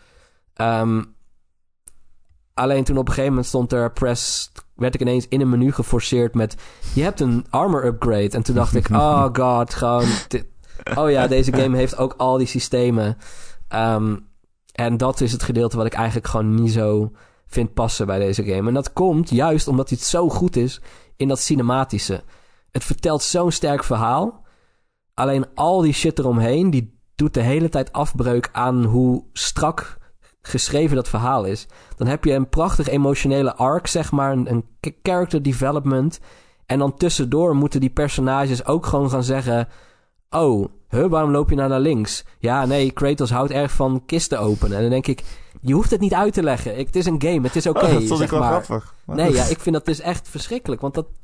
Alleen toen op een gegeven moment werd ik ineens in een menu geforceerd met... Je hebt een armor upgrade. En toen dacht ik, oh god, gewoon... deze game heeft ook al die systemen. En dat is het gedeelte wat ik eigenlijk gewoon niet zo vind passen bij deze game. En dat komt juist omdat het zo goed is in dat cinematische. Het vertelt zo'n sterk verhaal. Alleen al die shit eromheen, die doet de hele tijd afbreuk aan hoe strak geschreven dat verhaal is. Dan heb je een prachtig emotionele arc, zeg maar, een character development. En dan tussendoor moeten die personages ook gewoon gaan zeggen... waarom loop je nou naar links? Ja, nee, Kratos houdt erg van kisten openen. En dan denk ik, je hoeft het niet uit te leggen. Het is een game, het is oké. Dat vond ik wel grappig. Nee, ik vind dat dus echt verschrikkelijk. Want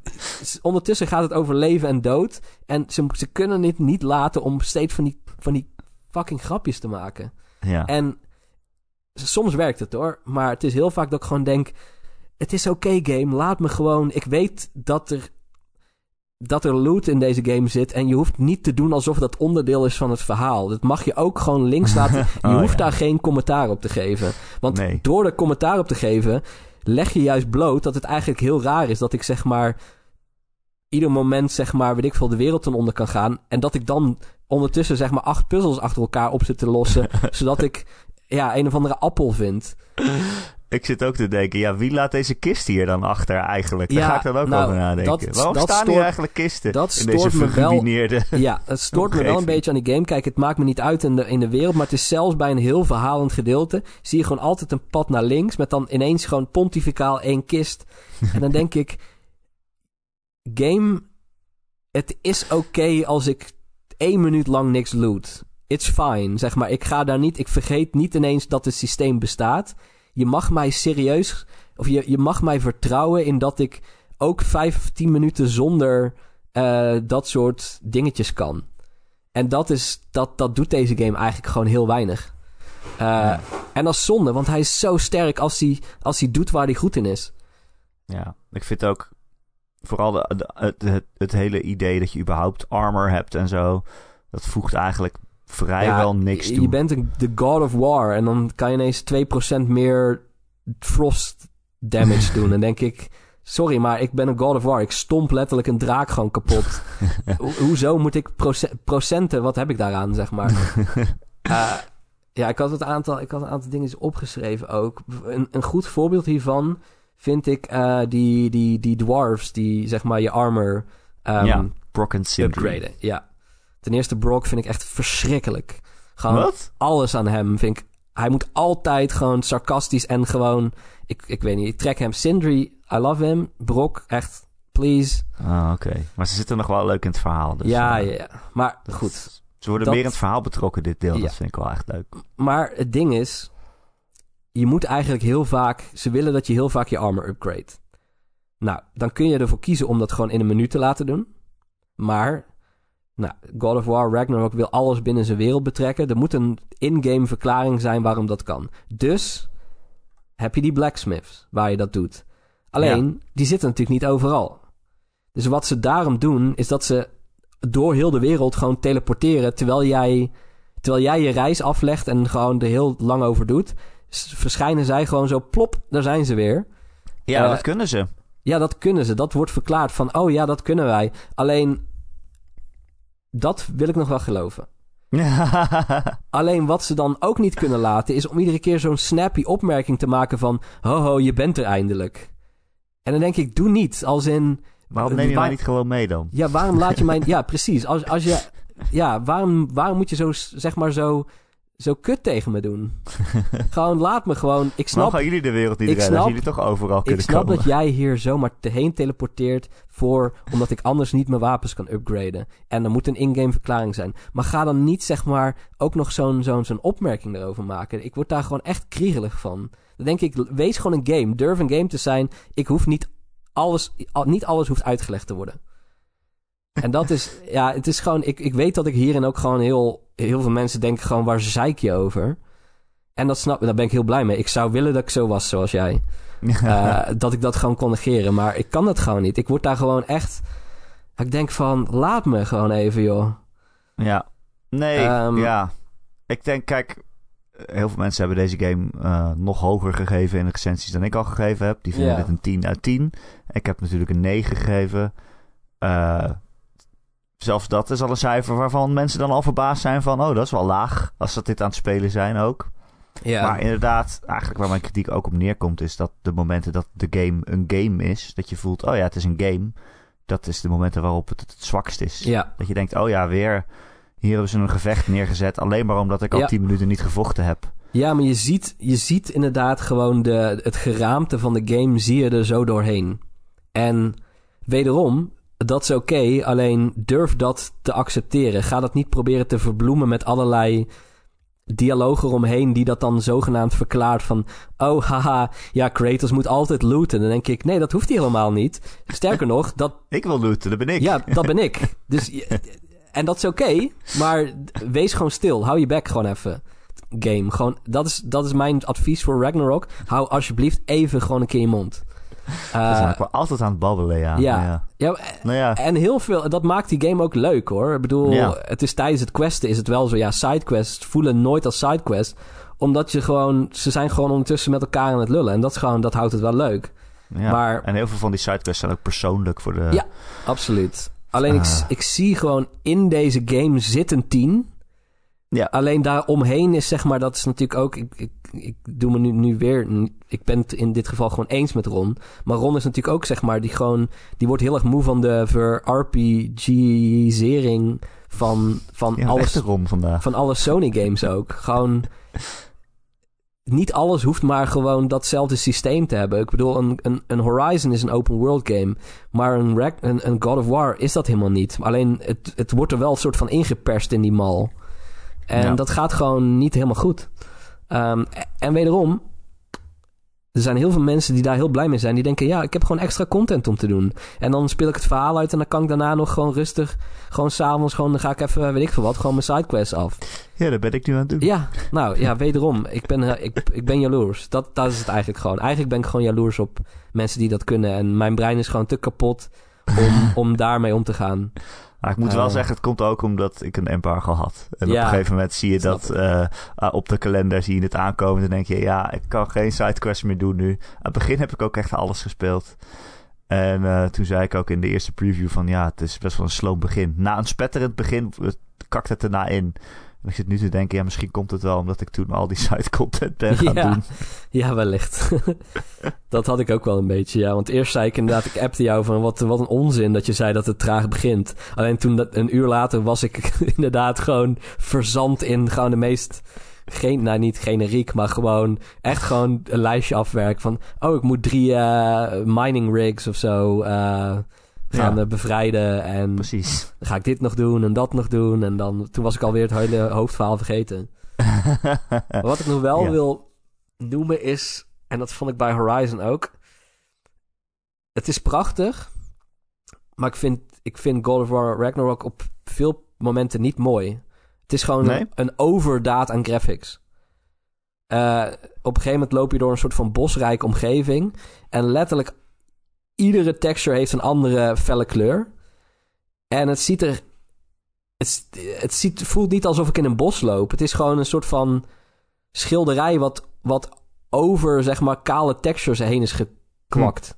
ondertussen gaat het over leven en dood. En ze kunnen het niet laten om steeds van die fucking grapjes te maken. Ja. En soms werkt het hoor. Maar het is heel vaak dat ik gewoon denk... Het is oké, game. Laat me gewoon... Ik weet dat er loot in deze game zit. En je hoeft niet te doen alsof dat onderdeel is van het verhaal. Dat mag je ook gewoon links laten. Je hoeft daar geen commentaar op te geven. Want door er commentaar op te geven... leg je juist bloot dat het eigenlijk heel raar is... dat ik zeg maar... ieder moment zeg maar... weet ik veel, de wereld ten onder kan gaan... en dat ik dan ondertussen zeg maar 8 puzzels achter elkaar op zit te lossen... zodat ik een of andere appel vind... Ik zit ook te denken, wie laat deze kist hier dan achter eigenlijk? Daar ga ik dan ook over nadenken. Waarom staan hier eigenlijk kisten in deze verruineerde het stoort me wel een beetje aan die game. Kijk, het maakt me niet uit in de wereld, maar het is zelfs bij een heel verhalend gedeelte... zie je gewoon altijd een pad naar links... met dan ineens gewoon pontificaal 1 kist. En dan denk ik... Game, het is oké als ik 1 minuut lang niks loot. It's fine, zeg maar. Ik vergeet niet ineens dat het systeem bestaat... Je mag mij serieus... Of je mag mij vertrouwen in dat ik ook 5 of 10 minuten zonder dat soort dingetjes kan. En dat doet deze game eigenlijk gewoon heel weinig. En dat is zonde, want hij is zo sterk als hij doet waar hij goed in is. Ja, ik vind ook... Vooral het hele idee dat je überhaupt armor hebt en zo... Dat voegt eigenlijk... vrijwel niks toe. Je bent de God of War en dan kan je ineens 2% meer frost damage doen. Dan denk ik, sorry, maar ik ben een God of War. Ik stomp letterlijk een draak gewoon kapot. Hoezo moet ik procenten, wat heb ik daaraan, zeg maar? Ik had een aantal dingen opgeschreven ook. Een goed voorbeeld hiervan vind ik die dwarves die zeg maar je armor Brock en Sindri. Upgraden. Ja. Ten eerste, Brock vind ik echt verschrikkelijk. Gewoon wat? Alles aan hem vind ik... Hij moet altijd gewoon sarcastisch en gewoon... Ik weet niet, ik trek hem. Sindri, I love him. Brock, echt, please. Oké. Maar ze zitten nog wel leuk in het verhaal. Dus, ja. Maar goed. Ze worden meer in het verhaal betrokken, dit deel. Dat vind ik wel echt leuk. Maar het ding is... Je moet eigenlijk heel vaak... Ze willen dat je heel vaak je armor upgrade. Nou, dan kun je ervoor kiezen om dat gewoon in een menu te laten doen. Maar... God of War Ragnarok wil alles binnen zijn wereld betrekken. Er moet een in-game verklaring zijn waarom dat kan. Dus heb je die blacksmiths waar je dat doet. Alleen, die zitten natuurlijk niet overal. Dus wat ze daarom doen, is dat ze door heel de wereld gewoon teleporteren... terwijl jij je reis aflegt en gewoon er heel lang over doet... verschijnen zij gewoon zo, plop, daar zijn ze weer. Ja, dat kunnen ze. Ja, dat kunnen ze. Dat wordt verklaard van, oh ja, dat kunnen wij. Alleen... Dat wil ik nog wel geloven. Alleen wat ze dan ook niet kunnen laten... is om iedere keer zo'n snappy opmerking te maken van... Ho, je bent er eindelijk. En dan denk ik, doe niet. Als in... Waarom neem je mij niet gewoon mee dan? Ja, waarom laat je mij... Ja, precies. Als je... Ja, waarom moet je zo, zeg maar zo kut tegen me doen? Gewoon, laat me gewoon... Ik snap... gaan jullie de wereld niet redden als jullie toch overal kunnen komen? Ik snap dat jij hier zomaar heen teleporteert omdat ik anders niet mijn wapens kan upgraden. En er moet een in-game verklaring zijn. Maar ga dan niet, zeg maar, ook nog zo'n opmerking erover maken. Ik word daar gewoon echt kriegelig van. Dan denk ik, wees gewoon een game. Durf een game te zijn. Ik hoef niet alles hoeft uitgelegd te worden. En dat is... Ja, het is gewoon... Ik weet dat ik hierin ook gewoon heel veel mensen denken gewoon... Waar zeik je over? En daar ben ik heel blij mee. Ik zou willen dat ik zo was zoals jij. Dat ik dat gewoon kon negeren. Maar ik kan dat gewoon niet. Ik word daar gewoon echt... Ik denk van... Laat me gewoon even, joh. Ja. Nee, Ik denk, kijk... Heel veel mensen hebben deze game nog hoger gegeven in de recensies dan ik al gegeven heb. Die vinden dit een 10 uit 10. Ik heb natuurlijk een 9 gegeven. Zelfs dat is al een cijfer waarvan mensen dan al verbaasd zijn van... Oh, dat is wel laag. Als dat dit aan het spelen zijn ook. Ja. Maar inderdaad, eigenlijk waar mijn kritiek ook op neerkomt... is dat de momenten dat de game een game is... dat je voelt, oh ja, het is een game... dat is de momenten waarop het zwakst is. Ja. Dat je denkt, oh ja, weer... hier hebben ze een gevecht neergezet... alleen maar omdat ik al 10 minuten niet gevochten heb. Ja, maar je ziet inderdaad gewoon het geraamte van de game... zie je er zo doorheen. En wederom... Dat is oké, alleen durf dat te accepteren. Ga dat niet proberen te verbloemen met allerlei dialoog eromheen die dat dan zogenaamd verklaart van... Oh, haha, ja, Kratos moet altijd looten. Dan denk ik, nee, dat hoeft hij helemaal niet. Sterker nog, dat... Ik wil looten, dat ben ik. Ja, dat ben ik. Dus, en dat is oké, maar wees gewoon stil. Hou je bek gewoon even. Game. Gewoon, dat is mijn advies voor Ragnarok. Hou alsjeblieft even gewoon een keer je mond. Dat is wel altijd aan het babbelen, ja. Ja, en heel veel... Dat maakt die game ook leuk, hoor. Ik bedoel, het is tijdens het questen is het wel zo... Ja, sidequests voelen nooit als sidequests. Omdat ze zijn gewoon ondertussen met elkaar aan het lullen. En dat houdt het wel leuk. Ja, maar, en heel veel van die sidequests zijn ook persoonlijk voor de... Ja, absoluut. Alleen ik zie gewoon in deze game zit een 10... Ja. Alleen daaromheen is zeg maar, dat is natuurlijk ook... Ik doe me nu weer... Ik ben het in dit geval gewoon eens met Ron. Maar Ron is natuurlijk ook zeg maar... Die wordt heel erg moe van de ver-RPG-zering van alles... Ron vandaag. Van alle Sony games ook. Gewoon... Niet alles hoeft maar gewoon datzelfde systeem te hebben. Ik bedoel, een Horizon is een open world game. Maar een God of War is dat helemaal niet. Alleen, het wordt er wel een soort van ingeperst in die mal. En dat gaat gewoon niet helemaal goed. En wederom, er zijn heel veel mensen die daar heel blij mee zijn. Die denken, ja, ik heb gewoon extra content om te doen. En dan speel ik het verhaal uit en dan kan ik daarna nog gewoon rustig... Gewoon s'avonds, dan ga ik even, weet ik veel wat, gewoon mijn sidequests af. Ja, dat ben ik nu aan het doen. Ja, nou ja, wederom. Ik ben jaloers. Dat is het eigenlijk gewoon. Eigenlijk ben ik gewoon jaloers op mensen die dat kunnen. En mijn brein is gewoon te kapot om daarmee om te gaan. Maar ik moet wel zeggen, het komt ook omdat ik een embargo had. En op een gegeven moment zie je dat op de kalender zie je het aankomen. Dan denk je, ja, ik kan geen sidequests meer doen nu. Aan het begin heb ik ook echt alles gespeeld. En toen zei ik ook in de eerste preview van, ja, het is best wel een sloom begin. Na een spetterend begin kakt het erna in. En ik zit nu te denken, ja, misschien komt het wel omdat ik toen al die side content ben gaan doen. Ja, wellicht. Dat had ik ook wel een beetje, ja. Want eerst zei ik inderdaad, ik appte jou van wat een onzin dat je zei dat het traag begint. Alleen toen, een uur later, was ik inderdaad gewoon verzand in gewoon de meest... niet generiek, maar gewoon echt gewoon een lijstje afwerken van... Oh, ik moet 3 mining rigs of zo gaan bevrijden. En precies. Dan ga ik dit nog doen en dat nog doen. En dan, toen was ik alweer het hele hoofdverhaal vergeten. Maar wat ik nog wel wil noemen is... En dat vond ik bij Horizon ook. Het is prachtig. Maar ik vind God of War Ragnarok op veel momenten niet mooi. Het is gewoon een overdaad aan graphics. Op een gegeven moment loop je door een soort van bosrijke omgeving. En letterlijk iedere texture heeft een andere felle kleur. En het ziet er... Het voelt niet alsof ik in een bos loop. Het is gewoon een soort van schilderij wat over, zeg maar, kale textures heen is gekwakt.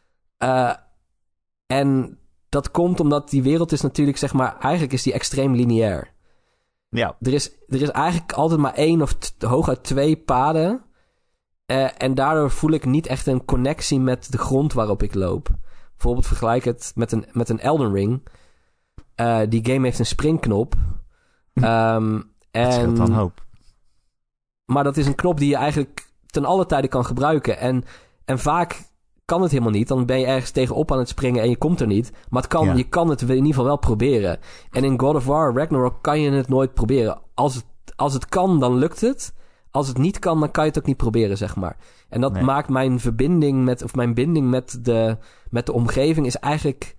En dat komt omdat die wereld is natuurlijk, zeg maar... Eigenlijk is die extreem lineair. Ja. Er is eigenlijk altijd maar 1 of hooguit 2 paden. En daardoor voel ik niet echt een connectie met de grond waarop ik loop. Bijvoorbeeld vergelijk het met een Elden Ring. Die game heeft een springknop. Dat scheelt dan hoop. Maar dat is een knop die je eigenlijk ten alle tijde kan gebruiken. En vaak kan het helemaal niet. Dan ben je ergens tegenop aan het springen en je komt er niet. Maar je kan het in ieder geval wel proberen. En in God of War Ragnarok kan je het nooit proberen. Als het kan, dan lukt het. Als het niet kan, dan kan je het ook niet proberen, zeg maar. En dat maakt mijn binding met de omgeving is eigenlijk...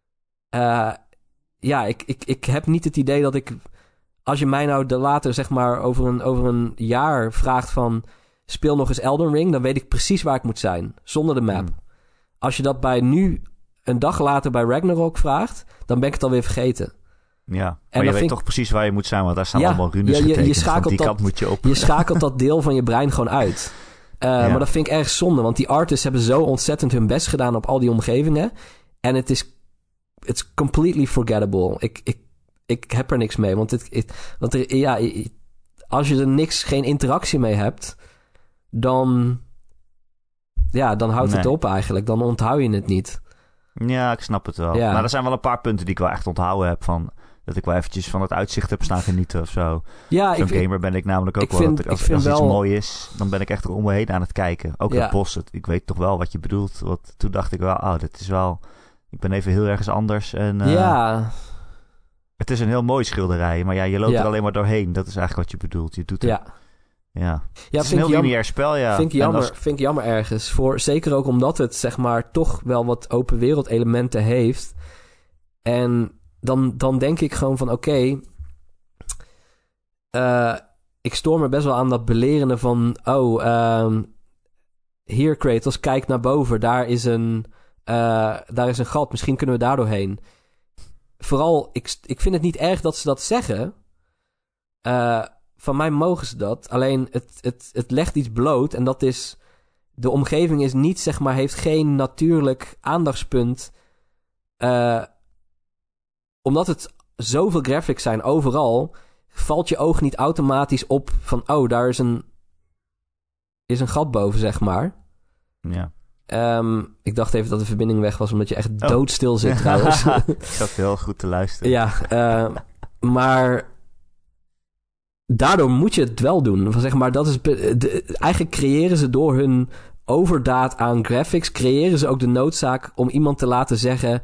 Ik heb niet het idee dat ik... Als je mij nou later, zeg maar, over een jaar vraagt van... Speel nog eens Elden Ring, dan weet ik precies waar ik moet zijn. Zonder de map. Als je dat bij nu, een dag later bij Ragnarok vraagt... dan ben ik het alweer vergeten. Ja, maar je weet toch precies waar je moet zijn... want daar staan allemaal runes getekend. Van die kant moet je op. Je schakelt dat deel van je brein gewoon uit. Maar dat vind ik erg zonde... want die artists hebben zo ontzettend hun best gedaan... op al die omgevingen. En it's completely forgettable. Ik heb er niks mee. Want als je er geen interactie mee hebt... dan houdt het op eigenlijk. Dan onthoud je het niet. Ja, ik snap het wel. Ja. Maar er zijn wel een paar punten die ik wel echt onthouden heb... van dat ik wel eventjes van het uitzicht heb staan genieten of zo. Ja, zo'n gamer ben ik namelijk ook wel. Als iets mooi is, dan ben ik echt er om me heen aan het kijken. Ook het bos. Ik weet toch wel wat je bedoelt. Toen dacht ik wel, dit is wel... Ik ben even heel ergens anders. En, Het is een heel mooi schilderij, maar ja, je loopt er alleen maar doorheen. Dat is eigenlijk wat je bedoelt. Je doet het. Ja, het is een heel lineair spel, ja. Vind ik jammer ergens. Zeker ook omdat het, zeg maar, toch wel wat open wereld elementen heeft. En dan denk ik gewoon van, oké, ik stoor me best wel aan dat belerende van, hier Kratos, kijk naar boven. Daar is een gat, misschien kunnen we daar doorheen. Vooral, ik vind het niet erg dat ze dat zeggen. Van mij mogen ze dat. Alleen, het legt iets bloot. En dat is, de omgeving is niet, zeg maar, heeft geen natuurlijk aandachtspunt. Omdat het zoveel graphics zijn overal, valt je oog niet automatisch op van, daar is een gat boven, zeg maar. Ja. Ik dacht even dat de verbinding weg was, omdat je echt doodstil zit trouwens. Ik zat heel goed te luisteren. Ja, maar daardoor moet je het wel doen. Zeg maar, dat is eigenlijk creëren ze door hun overdaad aan graphics, creëren ze ook de noodzaak om iemand te laten zeggen,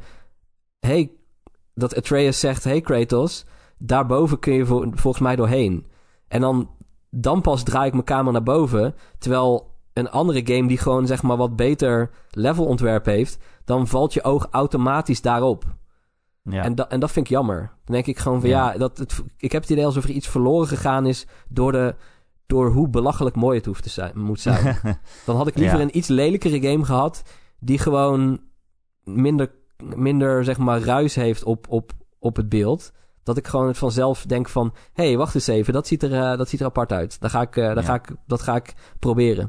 dat Atreus zegt, hey Kratos, daarboven kun je volgens mij doorheen. En dan pas draai ik mijn camera naar boven, terwijl een andere game die gewoon, zeg maar, wat beter levelontwerp heeft, dan valt je oog automatisch daarop. Ja. En dat vind ik jammer. Dan denk ik gewoon van ik heb het idee alsof er iets verloren gegaan is door hoe belachelijk mooi het moet zijn. Dan had ik liever een iets lelijkere game gehad die gewoon minder zeg maar ruis heeft op het beeld. Dat ik gewoon het vanzelf denk van, hey, wacht eens even, dat ziet er apart uit. Dat ga ik proberen.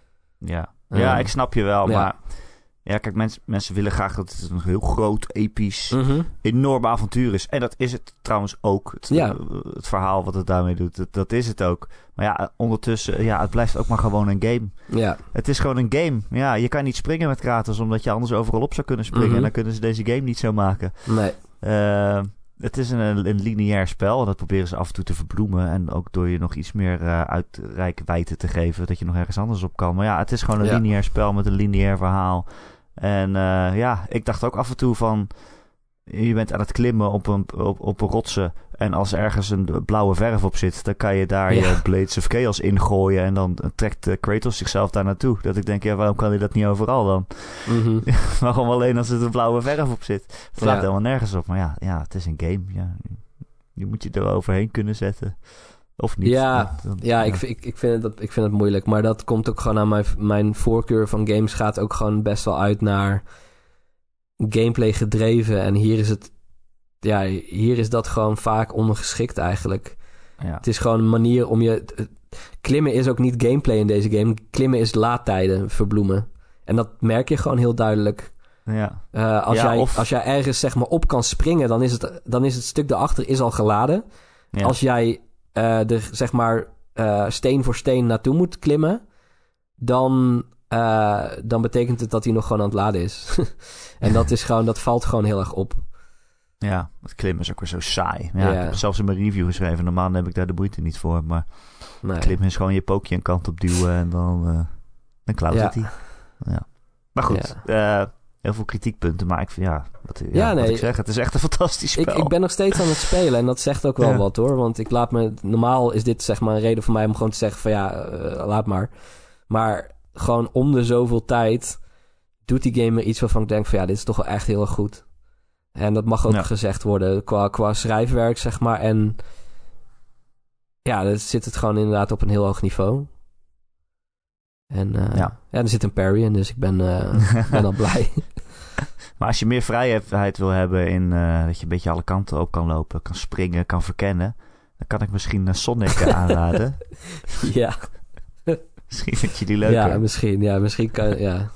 Ja, ik snap je wel, maar ja, kijk, mensen willen graag dat het een heel groot, episch, enorm avontuur is. En dat is het trouwens ook. Het verhaal wat het daarmee doet, dat is het ook. Maar ja, ondertussen, het blijft ook maar gewoon een game. Ja. Het is gewoon een game. Ja, je kan niet springen met Kratos, omdat je anders overal op zou kunnen springen. En dan kunnen ze deze game niet zo maken. Nee. Het is een lineair spel en dat proberen ze af en toe te verbloemen. En ook door je nog iets meer uitreikwijdte te geven, dat je nog ergens anders op kan. Maar ja, het is gewoon een lineair spel met een lineair verhaal. En ik dacht ook af en toe van, je bent aan het klimmen op een rotsen. En als ergens een blauwe verf op zit, dan kan je daar je Blades of Chaos ingooien. En dan trekt Kratos zichzelf daar naartoe. Dat ik denk, waarom kan hij dat niet overal dan? Waarom alleen als er een blauwe verf op zit? Het slaat helemaal nergens op. Maar ja, het is een game. Ja. Die moet je er overheen kunnen zetten. Of niet. Ik vind het moeilijk. Maar dat komt ook gewoon aan mijn voorkeur van games gaat ook gewoon best wel uit naar gameplay gedreven. En hier is dat gewoon vaak ondergeschikt eigenlijk. Ja. Het is gewoon een manier om klimmen is ook niet gameplay in deze game. Klimmen is laadtijden verbloemen. En dat merk je gewoon heel duidelijk. Ja. Als jij ergens, zeg maar, op kan springen, dan is het stuk daarachter is al geladen. Ja. Als jij er, zeg maar, steen voor steen naartoe moet klimmen, dan betekent het dat hij nog gewoon aan het laden is. En dat valt gewoon heel erg op. Ja, het klimmen is ook weer zo saai. Ja, ik heb zelfs in mijn review geschreven. Normaal heb ik daar de moeite niet voor. Maar klimmen is gewoon je pookje een kant op duwen en dan klautert hij. Ja. Maar goed, heel veel kritiekpunten. Maar ik vind, wat ik zeg, het is echt een fantastisch spel. Ik ben nog steeds aan het spelen en dat zegt ook wel wat, hoor. Want normaal is dit, zeg maar, een reden voor mij om gewoon te zeggen van laat maar. Maar gewoon om de zoveel tijd doet die game iets waarvan ik denk van dit is toch wel echt heel erg goed. En dat mag ook gezegd worden qua schrijfwerk, zeg maar. En dan zit het gewoon inderdaad op een heel hoog niveau. En er zit een parry in, dus ik ben al blij. Maar als je meer vrijheid wil hebben in dat je een beetje alle kanten op kan lopen, kan springen, kan verkennen, dan kan ik misschien Sonic aanraden. Ja. Misschien vind je die leuker. Ja, misschien kan, ja.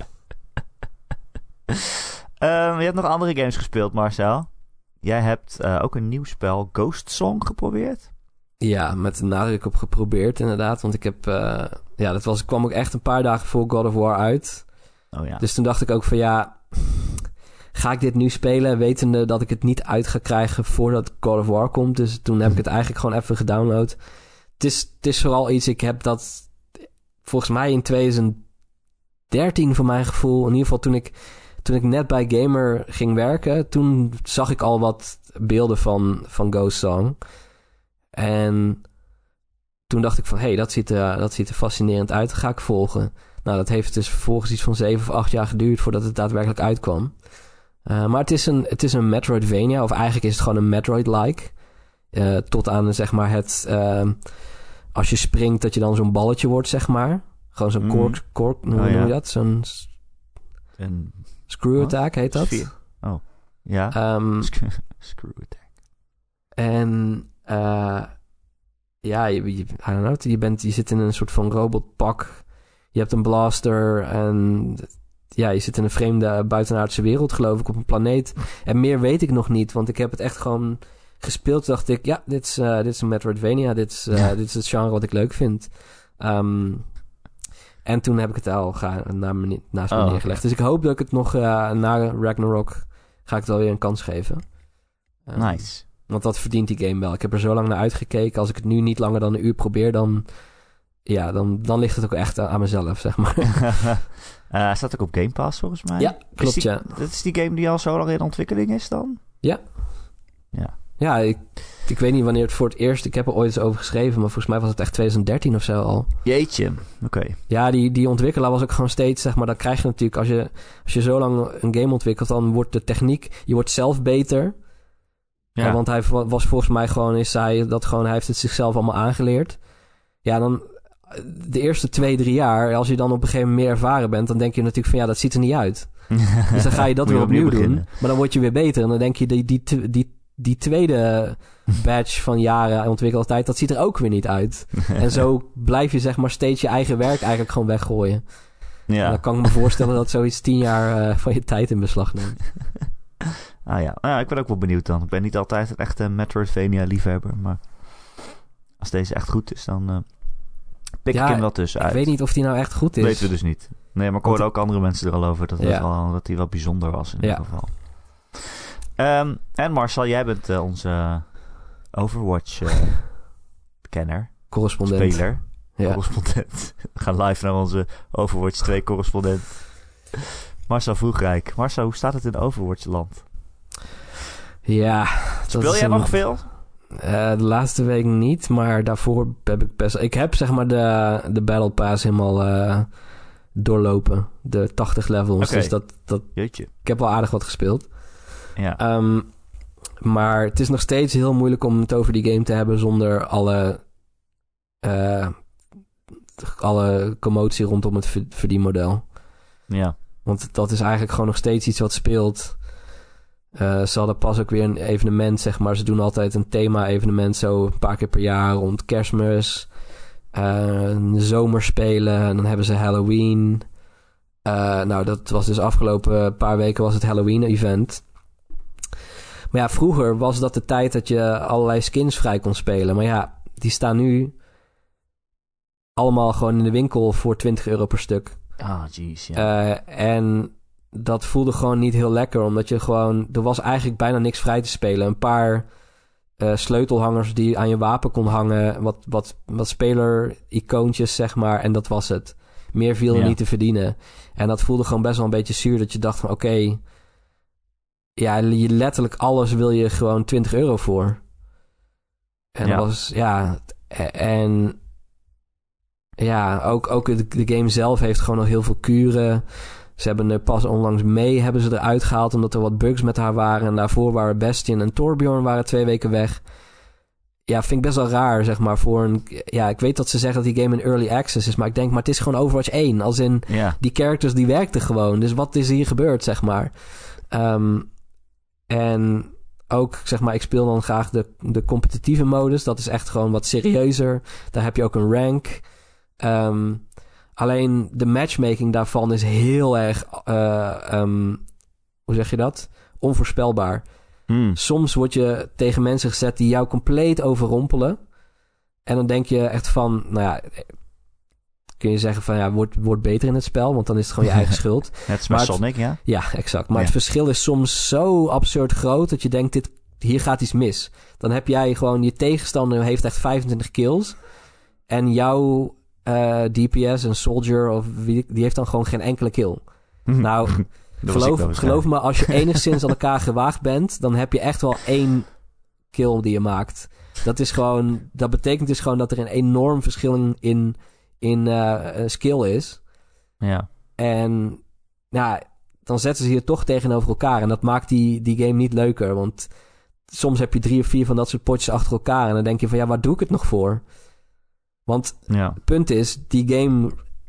Je hebt nog andere games gespeeld, Marcel. Jij hebt ook een nieuw spel, Ghost Song, geprobeerd? Ja, met de nadruk op geprobeerd, inderdaad. Want ik heb... kwam ook echt een paar dagen voor God of War uit. Oh ja. Dus toen dacht ik ook van ga ik dit nu spelen, wetende dat ik het niet uit ga krijgen voordat God of War komt. Dus toen heb ik het eigenlijk gewoon even gedownload. Het is vooral iets, ik heb dat volgens mij in 2013 voor mijn gevoel, in ieder geval toen ik net bij Gamer ging werken, toen zag ik al wat beelden van Ghost Song. En toen dacht ik van, dat ziet er fascinerend uit. Dat ga ik volgen. Nou, dat heeft dus vervolgens iets van 7 of 8 jaar geduurd voordat het daadwerkelijk uitkwam. Maar het is een Metroidvania, of eigenlijk is het gewoon een Metroid-like. Tot aan, zeg maar, het... als je springt, dat je dan zo'n balletje wordt, zeg maar. Gewoon zo'n hoe noem je dat? Zo'n screw attack heet dat. Sfeer. Oh, ja. Screw attack. En I don't know, je zit in een soort van robotpak. Je hebt een blaster en je zit in een vreemde buitenaardse wereld, geloof ik, op een planeet. En meer weet ik nog niet, want ik heb het echt gewoon gespeeld. Toen dacht ik, dit is een Metroidvania. Dit is het genre wat ik leuk vind. En toen heb ik het al naast me neergelegd. Dus ik hoop dat ik het nog na Ragnarok ga ik het wel weer een kans geven. Nice. Want dat verdient die game wel. Ik heb er zo lang naar uitgekeken. Als ik het nu niet langer dan een uur probeer, dan ligt het ook echt aan mezelf, zeg maar. Staat ook op Game Pass, volgens mij. Ja, klopt, ja. Dat is die game die al zo lang in ontwikkeling is dan? Ja. Ja, ik weet niet wanneer het voor het eerst... Ik heb er ooit eens over geschreven, maar volgens mij was het echt 2013 of zo al. Jeetje, oké. Ja, die ontwikkelaar was ook gewoon steeds, zeg maar... Dan krijg je natuurlijk, als je zo lang een game ontwikkelt... dan wordt de techniek... Je wordt zelf beter. Ja. Want hij was volgens mij gewoon... Hij heeft het zichzelf allemaal aangeleerd. Ja, dan... De eerste 2-3 jaar... Als je dan op een gegeven moment meer ervaren bent... dan denk je natuurlijk van... Ja, dat ziet er niet uit. Dus dan ga je dat weer opnieuw doen. Maar dan word je weer beter. En dan denk je... Die tweede batch van jaren ontwikkeltijd, dat ziet er ook weer niet uit. En zo blijf je, zeg maar, steeds je eigen werk eigenlijk gewoon weggooien. Ja. En dan kan ik me voorstellen dat zoiets 10 jaar van je tijd in beslag neemt. Ik ben ook wel benieuwd dan. Ik ben niet altijd een echte Metroidvania-liefhebber, maar als deze echt goed is, dan pik ik hem wel tussenuit. Ik weet niet of die nou echt goed is. Weten we dus niet. Nee, maar ik hoorde ook andere mensen er al over dat hij wel bijzonder was in ieder geval. En Marcel, jij bent onze Overwatch-kenner. Correspondent. Speler. Ja. Correspondent. We gaan live naar onze Overwatch 2-correspondent. Marcel Vroegrijk. Marcel, hoe staat het in Overwatch-land? Ja. Speel jij nog veel? De laatste week niet, maar daarvoor heb ik best... Ik heb, zeg maar, de Battle Pass helemaal doorlopen. De 80 levels. Okay. Dus dat Jeetje. Ik heb wel aardig wat gespeeld. Ja. Maar het is nog steeds heel moeilijk om het over die game te hebben zonder alle commotie rondom het verdienmodel. Ja. Want dat is eigenlijk gewoon nog steeds iets wat speelt. Ze hadden pas ook weer een evenement, zeg maar. Ze doen altijd een thema-evenement zo een paar keer per jaar rond Kerstmis. Zomerspelen. En dan hebben ze Halloween. Dat was dus afgelopen paar weken was het Halloween-event. Maar ja, vroeger was dat de tijd dat je allerlei skins vrij kon spelen. Maar ja, die staan nu allemaal gewoon in de winkel voor €20 per stuk. Jeez, ja. En dat voelde gewoon niet heel lekker, omdat je gewoon... Er was eigenlijk bijna niks vrij te spelen. Een paar sleutelhangers die aan je wapen kon hangen. Wat speler-icoontjes, zeg maar. En dat was het. Meer viel er niet te verdienen. En dat voelde gewoon best wel een beetje zuur. Dat je dacht van oké, ja, letterlijk alles wil je gewoon €20 voor. En dat was, en ja, ook de game zelf heeft gewoon nog heel veel kuren. Ze hebben er pas onlangs hebben ze eruit gehaald omdat er wat bugs met haar waren. En daarvoor waren Bastion en Torbjorn waren 2 weken weg. Ja, vind ik best wel raar, zeg maar, voor een... Ja, ik weet dat ze zeggen dat die game in early access is, maar ik denk, maar het is gewoon Overwatch 1. Als in, die characters die werkten gewoon. Dus wat is hier gebeurd, zeg maar? En ook, zeg maar, ik speel dan graag de competitieve modus. Dat is echt gewoon wat serieuzer. Daar heb je ook een rank. Alleen de matchmaking daarvan is heel erg... hoe zeg je dat? Onvoorspelbaar. Soms word je tegen mensen gezet die jou compleet overrompelen. En dan denk je echt van... Nou ja, kun je zeggen van... Ja, word beter in het spel, want dan is het gewoon je eigen schuld. Net als bij Sonic, ja? Ja, exact. Maar het verschil is soms zo absurd groot... dat je denkt, hier gaat iets mis. Dan heb jij gewoon... Je tegenstander heeft echt 25 kills. En jouw DPS, een soldier of wie... die heeft dan gewoon geen enkele kill. Nou... Geloof me, als je enigszins aan elkaar gewaagd bent, dan heb je echt wel 1 kill die je maakt. Dat betekent dus gewoon dat er een enorm verschil in skill is. Ja. En dan zetten ze hier toch tegenover elkaar. En dat maakt die game niet leuker. Want soms heb je 3 of 4 van dat soort potjes achter elkaar. En dan denk je van, waar doe ik het nog voor? Want het punt is, die game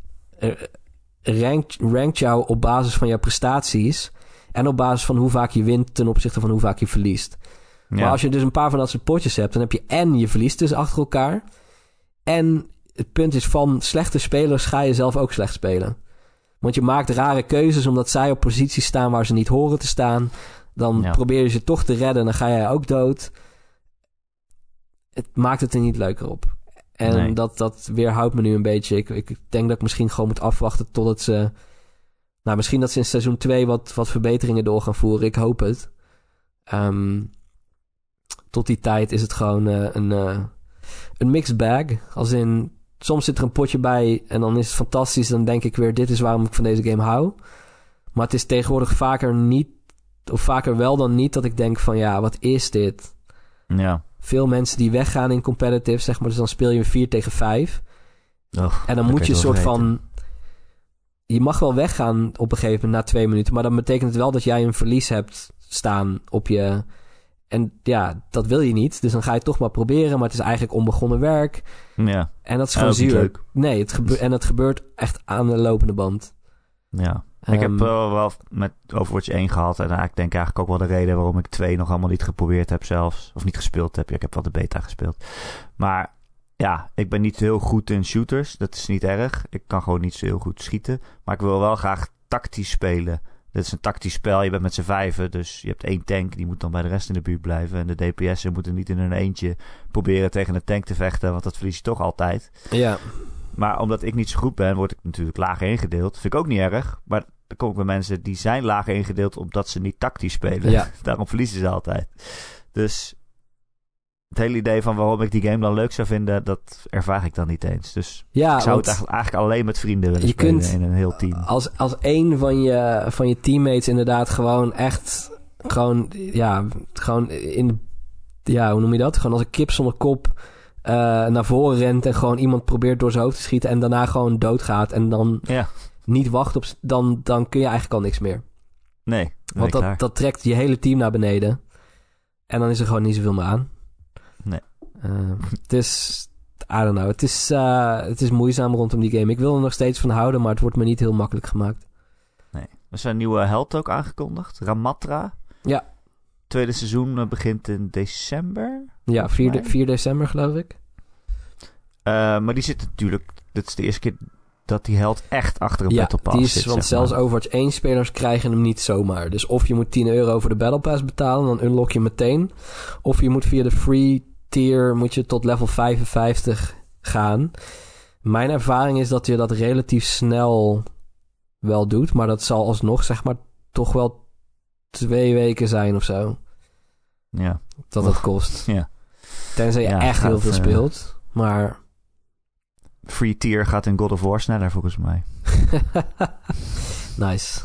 rankt jou op basis van jouw prestaties. En op basis van hoe vaak je wint ten opzichte van hoe vaak je verliest. Ja. Maar als je dus een paar van dat soort potjes hebt, dan heb je en je verliest dus achter elkaar. En het punt is, van slechte spelers ga je zelf ook slecht spelen. Want je maakt rare keuzes omdat zij op posities staan waar ze niet horen te staan. Dan probeer je ze toch te redden, dan ga jij ook dood. Het maakt het er niet leuker op. En dat weerhoudt me nu een beetje. Ik denk dat ik misschien gewoon moet afwachten totdat ze... misschien dat ze in seizoen 2 wat verbeteringen door gaan voeren. Ik hoop het. Tot die tijd is het gewoon een mixed bag. Als in, soms zit er een potje bij en dan is het fantastisch. Dan denk ik weer, dit is waarom ik van deze game hou. Maar het is tegenwoordig vaker wel dan niet dat ik denk van, wat is dit? Ja. Veel mensen die weggaan in competitive, zeg maar, dus dan speel je 4 tegen 5. En dan moet je een soort van... Je mag wel weggaan op een gegeven moment na 2 minuten, maar dan betekent het wel dat jij een verlies hebt staan op je... En dat wil je niet. Dus dan ga je het toch maar proberen, maar het is eigenlijk onbegonnen werk. Ja. En dat is gewoon zuur. Nee, het gebeurt echt aan de lopende band. Ja. Ik heb wel met Overwatch 1 gehad. En ik denk eigenlijk ook wel de reden waarom ik 2 nog allemaal niet geprobeerd heb zelfs. Of niet gespeeld heb. Ja, ik heb wel de beta gespeeld. Maar ik ben niet heel goed in shooters. Dat is niet erg. Ik kan gewoon niet zo heel goed schieten. Maar ik wil wel graag tactisch spelen. Dit is een tactisch spel. Je bent met z'n 5, dus je hebt 1 tank. Die moet dan bij de rest in de buurt blijven. En de DPS'en moeten niet in hun eentje proberen tegen een tank te vechten. Want dat verlies je toch altijd. Ja. Maar omdat ik niet zo goed ben, word ik natuurlijk lager ingedeeld. Dat vind ik ook niet erg. Maar dan kom ik bij mensen die zijn lager ingedeeld omdat ze niet tactisch spelen. Ja. Daarom verliezen ze altijd. Dus het hele idee van waarom ik die game dan leuk zou vinden, dat ervaar ik dan niet eens. Dus ik zou het eigenlijk alleen met vrienden willen spelen in een heel team. Als één van je teammates inderdaad gewoon echt... Gewoon in... Ja, hoe noem je dat? Gewoon als een kip zonder kop naar voren rent en gewoon iemand probeert door zijn hoofd te schieten en daarna gewoon doodgaat en dan niet wacht op... Dan kun je eigenlijk al niks meer. Nee. Want dat trekt je hele team naar beneden. En dan is er gewoon niet zoveel meer aan. Nee. Het is... I don't know. Het is moeizaam rondom die game. Ik wil er nog steeds van houden, maar het wordt me niet heel makkelijk gemaakt. Nee. Er is een nieuwe held ook aangekondigd. Ramatra. Ja. Tweede seizoen begint in december. Ja, 4 december geloof ik. Maar die zit natuurlijk... Dit is de eerste keer dat die held echt achter een Battle Pass zit. Want zelfs Overwatch 1 spelers krijgen hem niet zomaar. Dus of je moet €10 voor de Battle Pass betalen, dan unlock je meteen. Of je moet via de free tier moet je tot level 55 gaan. Mijn ervaring is dat je dat relatief snel wel doet, maar dat zal alsnog zeg maar toch wel 2 weken zijn of zo. Ja. Dat kost. Ja. Tenzij je echt heel veel speelt. Maar... Free tier gaat in God of War sneller volgens mij. Nice.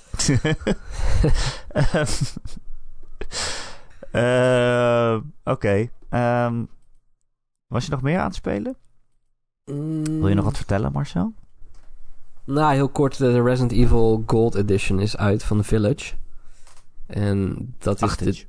Oké. Was je nog meer aan het spelen? Wil je nog wat vertellen, Marcel? Nou, heel kort. De Resident Evil Gold Edition is uit van The Village. En dat is...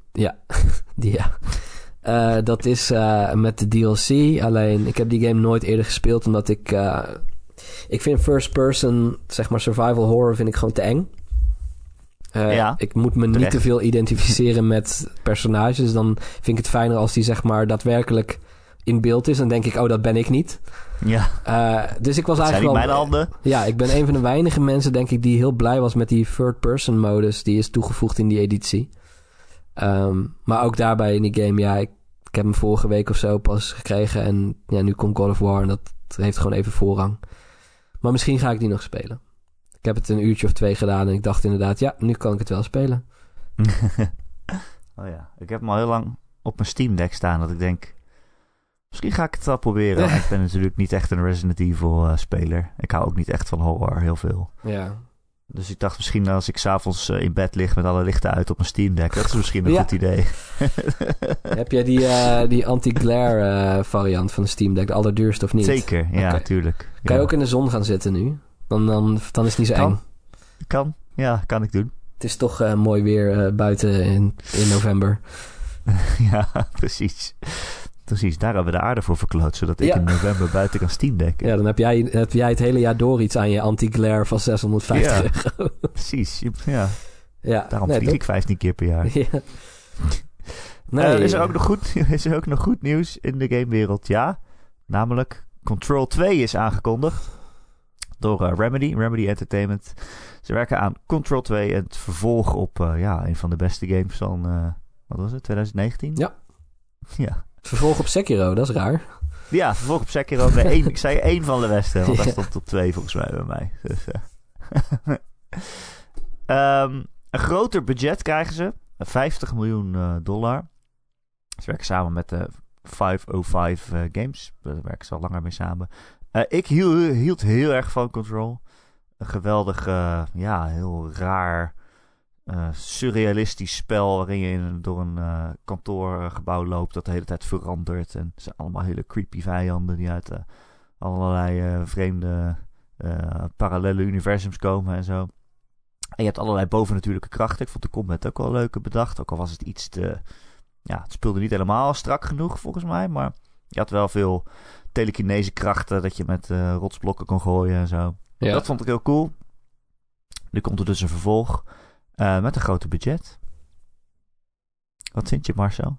dat is met de DLC. Alleen, ik heb die game nooit eerder gespeeld, omdat ik vind first person, zeg maar survival horror, vind ik gewoon te eng. Ik moet me niet te veel identificeren met personages. Dan vind ik het fijner als die zeg maar daadwerkelijk in beeld is. Dan denk ik, dat ben ik niet. Ja. Dus ik was eigenlijk wel... mijn handen? Ja, ik ben een van de weinige mensen, denk ik, die heel blij was met die third person modus die is toegevoegd in die editie. Maar ook daarbij in die game, ik heb hem vorige week of zo pas gekregen. En nu komt God of War en dat heeft gewoon even voorrang. Maar misschien ga ik die nog spelen. Ik heb het een uurtje of 2 gedaan en ik dacht inderdaad, nu kan ik het wel spelen. Oh ja, ik heb hem al heel lang op mijn Steam Deck staan dat ik denk, misschien ga ik het wel proberen. Ik ben natuurlijk niet echt een Resident Evil speler. Ik hou ook niet echt van horror, heel veel. Ja. Dus ik dacht misschien als ik 's avonds in bed lig met alle lichten uit op mijn Steam Deck. Dat is misschien een goed idee. Heb jij die anti-glare variant van de Steam Deck, de allerduurste of niet? Zeker, ja, tuurlijk. Kan je ook in de zon gaan zitten nu? Dan is het niet zo eng. Kan ik doen. Het is toch mooi weer buiten in november. Ja, precies. Precies, daar hebben we de aarde voor verkloot, zodat ik in november buiten kan Steam Decken. Ja, dan heb jij het hele jaar door iets aan je anti-glare van €650. Precies, ja. Daarom vlieg ik 15 keer per jaar. Ja. Nee, is er ook nog goed nieuws in de gamewereld? Ja, namelijk Control 2 is aangekondigd door Remedy Entertainment. Ze werken aan Control 2 en het vervolg op een van de beste games van, wat was het, 2019? Ja. Ja. Vervolg op Sekiro, dat is raar. Ja, vervolg op Sekiro. Ik zei 1 van de beste, want daar stond op 2 volgens mij bij mij. Dus, een groter budget krijgen ze. $50 miljoen. Ze werken samen met 505 Games. Daar werken ze al langer mee samen. Ik hield heel erg van Control. Een geweldig, heel raar, surrealistisch spel waarin je door een kantoorgebouw loopt dat de hele tijd verandert. En het zijn allemaal hele creepy vijanden die uit allerlei vreemde parallele universums komen en zo. En je hebt allerlei bovennatuurlijke krachten. Ik vond de combat ook wel leuk bedacht. Ook al was het iets te... Ja, het speelde niet helemaal strak genoeg volgens mij. Maar je had wel veel telekinese krachten. Dat je met rotsblokken kon gooien en zo. Ja. Dat vond ik heel cool. Nu komt er dus een vervolg. Met een groter budget. Wat vind je, Marcel?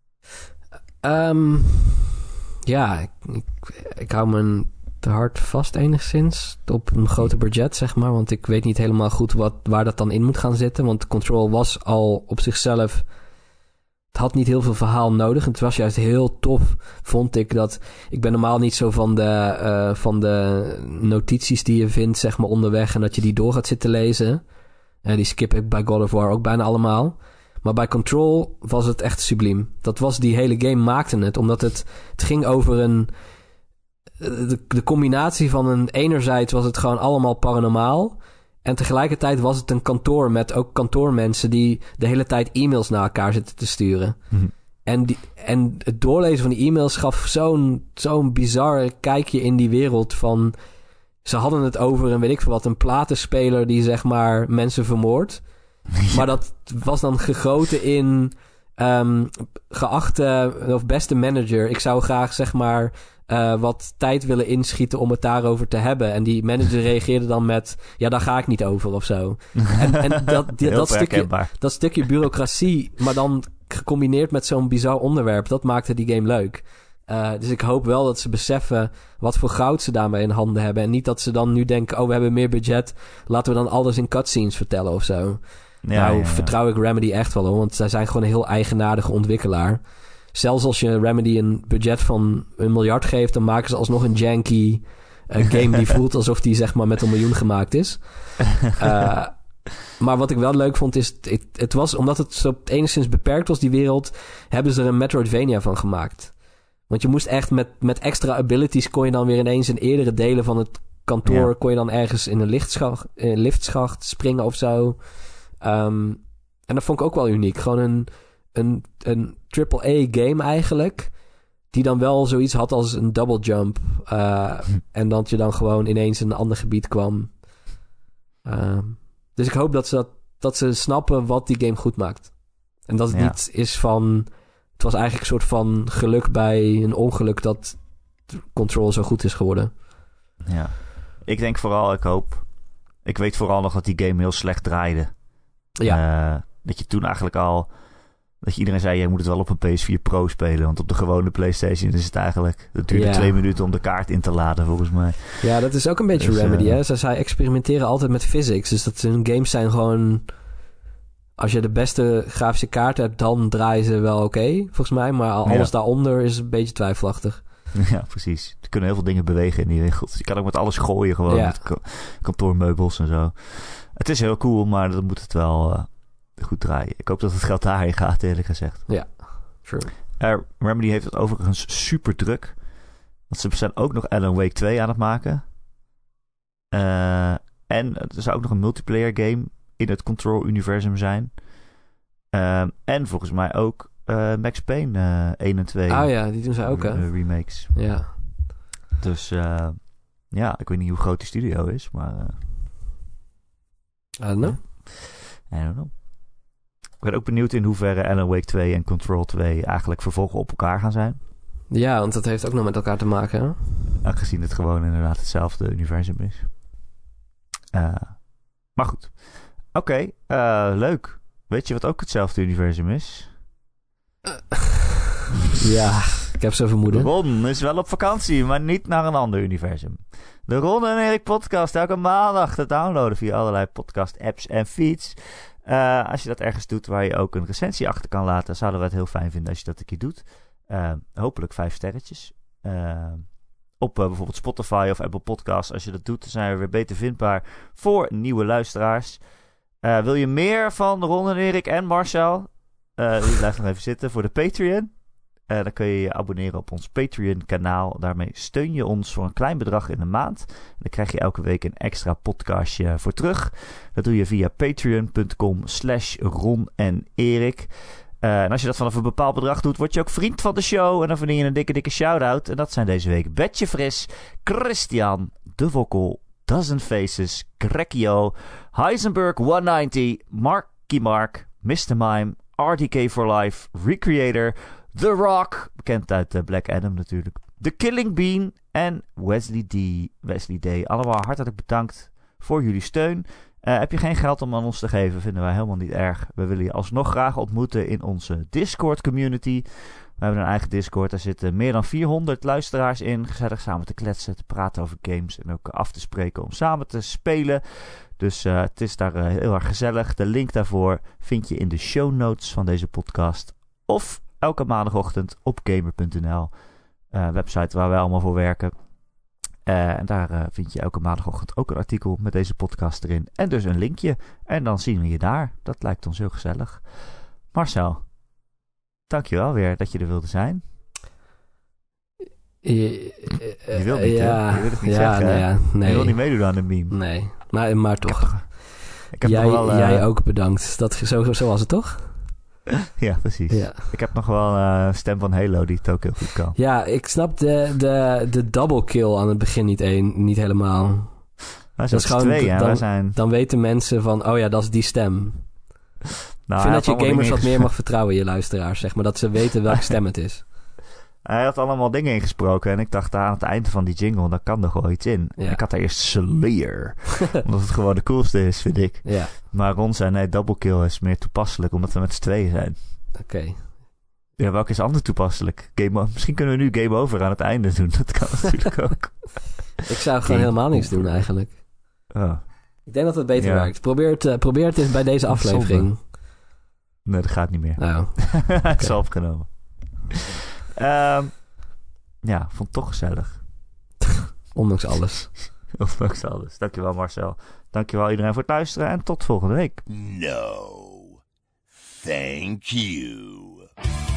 Ik hou me te hard vast enigszins op een groter budget, zeg maar. Want ik weet niet helemaal goed waar dat dan in moet gaan zitten. Want Control was al op zichzelf... Het had niet heel veel verhaal nodig. Het was juist heel tof, vond ik. Ik ben normaal niet zo van de notities die je vindt, zeg maar, onderweg. En dat je die door gaat zitten lezen. Die skip ik bij God of War ook bijna allemaal. Maar bij Control was het echt subliem. Die hele game maakte het. Omdat het ging over de combinatie van enerzijds was het gewoon allemaal paranormaal. En tegelijkertijd was het een kantoor met ook kantoormensen die de hele tijd e-mails naar elkaar zitten te sturen. Mm-hmm. En het doorlezen van die e-mails gaf zo'n bizar kijkje in die wereld van... Ze hadden het over een platenspeler die zeg maar mensen vermoordt. Ja. Maar dat was dan gegoten in geachte of beste manager. Ik zou graag zeg maar wat tijd willen inschieten om het daarover te hebben. En die manager reageerde dan met... Ja, daar ga ik niet over of zo. En dat stukje bureaucratie, maar dan gecombineerd met zo'n bizar onderwerp... dat maakte die game leuk. Dus ik hoop wel dat ze beseffen wat voor goud ze daarmee in handen hebben. En niet dat ze dan nu denken... Oh, we hebben meer budget. Laten we dan alles in cutscenes vertellen of zo. Vertrouw ik Remedy echt wel hoor. Want zij zijn gewoon een heel eigenaardige ontwikkelaar. Zelfs als je Remedy een budget van $1 miljard geeft... dan maken ze alsnog een janky game die voelt alsof die zeg maar met $1 miljoen gemaakt is. Maar wat ik wel leuk vond is... Het was, omdat het zo enigszins beperkt was, die wereld... hebben ze er een Metroidvania van gemaakt. Want je moest echt met extra abilities... kon je dan weer ineens in eerdere delen van het kantoor... kon je dan ergens in een liftschacht springen of zo. En dat vond ik ook wel uniek. Gewoon een AAA-game eigenlijk... die dan wel zoiets had als een double jump. En dat je dan gewoon ineens in een ander gebied kwam. Dus ik hoop dat ze snappen wat die game goed maakt. En dat het niet is van... Het was eigenlijk een soort van geluk bij een ongeluk... dat Control zo goed is geworden. Ja. Ik denk vooral, ik weet vooral nog dat die game heel slecht draaide. Ja. Dat je toen eigenlijk al... Dat je iedereen zei, je moet het wel op een PS4 Pro spelen. Want op de gewone PlayStation is het eigenlijk... Het duurde 2 minuten om de kaart in te laden, volgens mij. Ja, dat is ook een beetje Remedy, hè. Zij experimenteren altijd met physics. Dus dat hun games zijn gewoon... Als je de beste grafische kaart hebt, dan draaien ze wel oké, volgens mij. Maar alles daaronder is een beetje twijfelachtig. Ja, precies. Er kunnen heel veel dingen bewegen in die wereld. Je kan ook met alles gooien, gewoon met kantoormeubels en zo. Het is heel cool, maar dan moet het wel goed draaien. Ik hoop dat het geld daarheen gaat, eerlijk gezegd. Ja, sure. Remedy heeft het overigens super druk. Want ze zijn ook nog Alan Wake 2 aan het maken. En er zou ook nog een multiplayer game in het Control-universum zijn. En volgens mij ook Max Payne 1 en 2. Oh ja, die doen ze ook, hè? Remakes. Ja. Dus ik weet niet hoe groot die studio is, maar... I don't know. I don't know. Ik ben ook benieuwd in hoeverre Alan Wake 2 en Control 2 eigenlijk vervolgen op elkaar gaan zijn. Ja, want dat heeft ook nog met elkaar te maken, hè? Aangezien het gewoon inderdaad hetzelfde universum is. Maar goed. Oké, leuk. Weet je wat ook hetzelfde universum is? Ja, ik heb zo vermoeden. Ron is wel op vakantie, maar niet naar een ander universum. De Ron en Erik podcast elke maandag te downloaden via allerlei podcast apps en feeds. Als je dat ergens doet waar je ook een recensie achter kan laten, zouden we het heel fijn vinden als je dat een keer doet. Hopelijk 5 sterretjes. Op bijvoorbeeld Spotify of Apple Podcasts. Als je dat doet, dan zijn we weer beter vindbaar voor nieuwe luisteraars. Wil je meer van Ron en Erik en Marcel? Die blijft nog even zitten voor de Patreon. Dan kun je je abonneren op ons Patreon-kanaal. Daarmee steun je ons voor een klein bedrag in de maand. En dan krijg je elke week een extra podcastje voor terug. Dat doe je via patreon.com/Ron en Erik. En als je dat vanaf een bepaald bedrag doet, word je ook vriend van de show. En dan verdien je een dikke shout-out. En dat zijn deze week Betje Fris, Christian, De Wokkel, Dozen Faces, Grekio, Heisenberg 190, Marky Mark, Mr. Mime, RDK for Life, Recreator, The Rock, bekend uit Black Adam natuurlijk, The Killing Bean en Wesley D. Allemaal hartelijk bedankt voor jullie steun. Heb je geen geld om aan ons te geven, vinden wij helemaal niet erg. We willen je alsnog graag ontmoeten in onze Discord community. We hebben een eigen Discord, daar zitten meer dan 400 luisteraars in. Gezellig samen te kletsen, te praten over games en ook af te spreken om samen te spelen. Dus het is daar heel erg gezellig. De link daarvoor vind je in de show notes van deze podcast. Of elke maandagochtend op gamer.nl. Website waar wij allemaal voor werken. En daar vind je elke maandagochtend ook een artikel met deze podcast erin. En dus een linkje. En dan zien we je daar. Dat lijkt ons heel gezellig. Marcel, dankjewel weer dat je er wilde zijn. Je wilt niet, ja, hè? Je wil het niet zeggen, nee. Je wil niet meedoen aan de meme. Nee, maar toch. Ik heb nog wel, jij ook bedankt. Zo was het toch? Ja, precies. Ja. Ik heb nog wel een stem van Halo die het ook heel goed kan. Ja, ik snap de double kill aan het begin niet helemaal. Dat is gewoon 2, hè? Dan weten mensen van, oh ja, dat is die stem. Ik vind dat je gamers wat meer mag vertrouwen, je luisteraars, zeg maar. Dat ze weten welke stem het is. Hij had allemaal dingen ingesproken en ik dacht aan het einde van die jingle, daar kan er gewoon iets in. Ja. Ik had daar eerst Slayer, omdat het gewoon de coolste is, vind ik. Ja. Maar Ron zei, nee, double kill is meer toepasselijk, omdat we met z'n tweeën zijn. Oké. Ja, welke is anders toepasselijk? Misschien kunnen we nu Game Over aan het einde doen, dat kan natuurlijk ook. Ik zou gewoon helemaal niks doen, eigenlijk. Oh. Ik denk dat het beter werkt. Probeer het eens bij deze aflevering. Nee, dat gaat niet meer. Oh. Ik is al opgenomen. Ja, vond het toch gezellig. Ondanks alles. Ondanks alles. Dankjewel Marcel. Dankjewel iedereen voor het luisteren en tot volgende week. No. Thank you.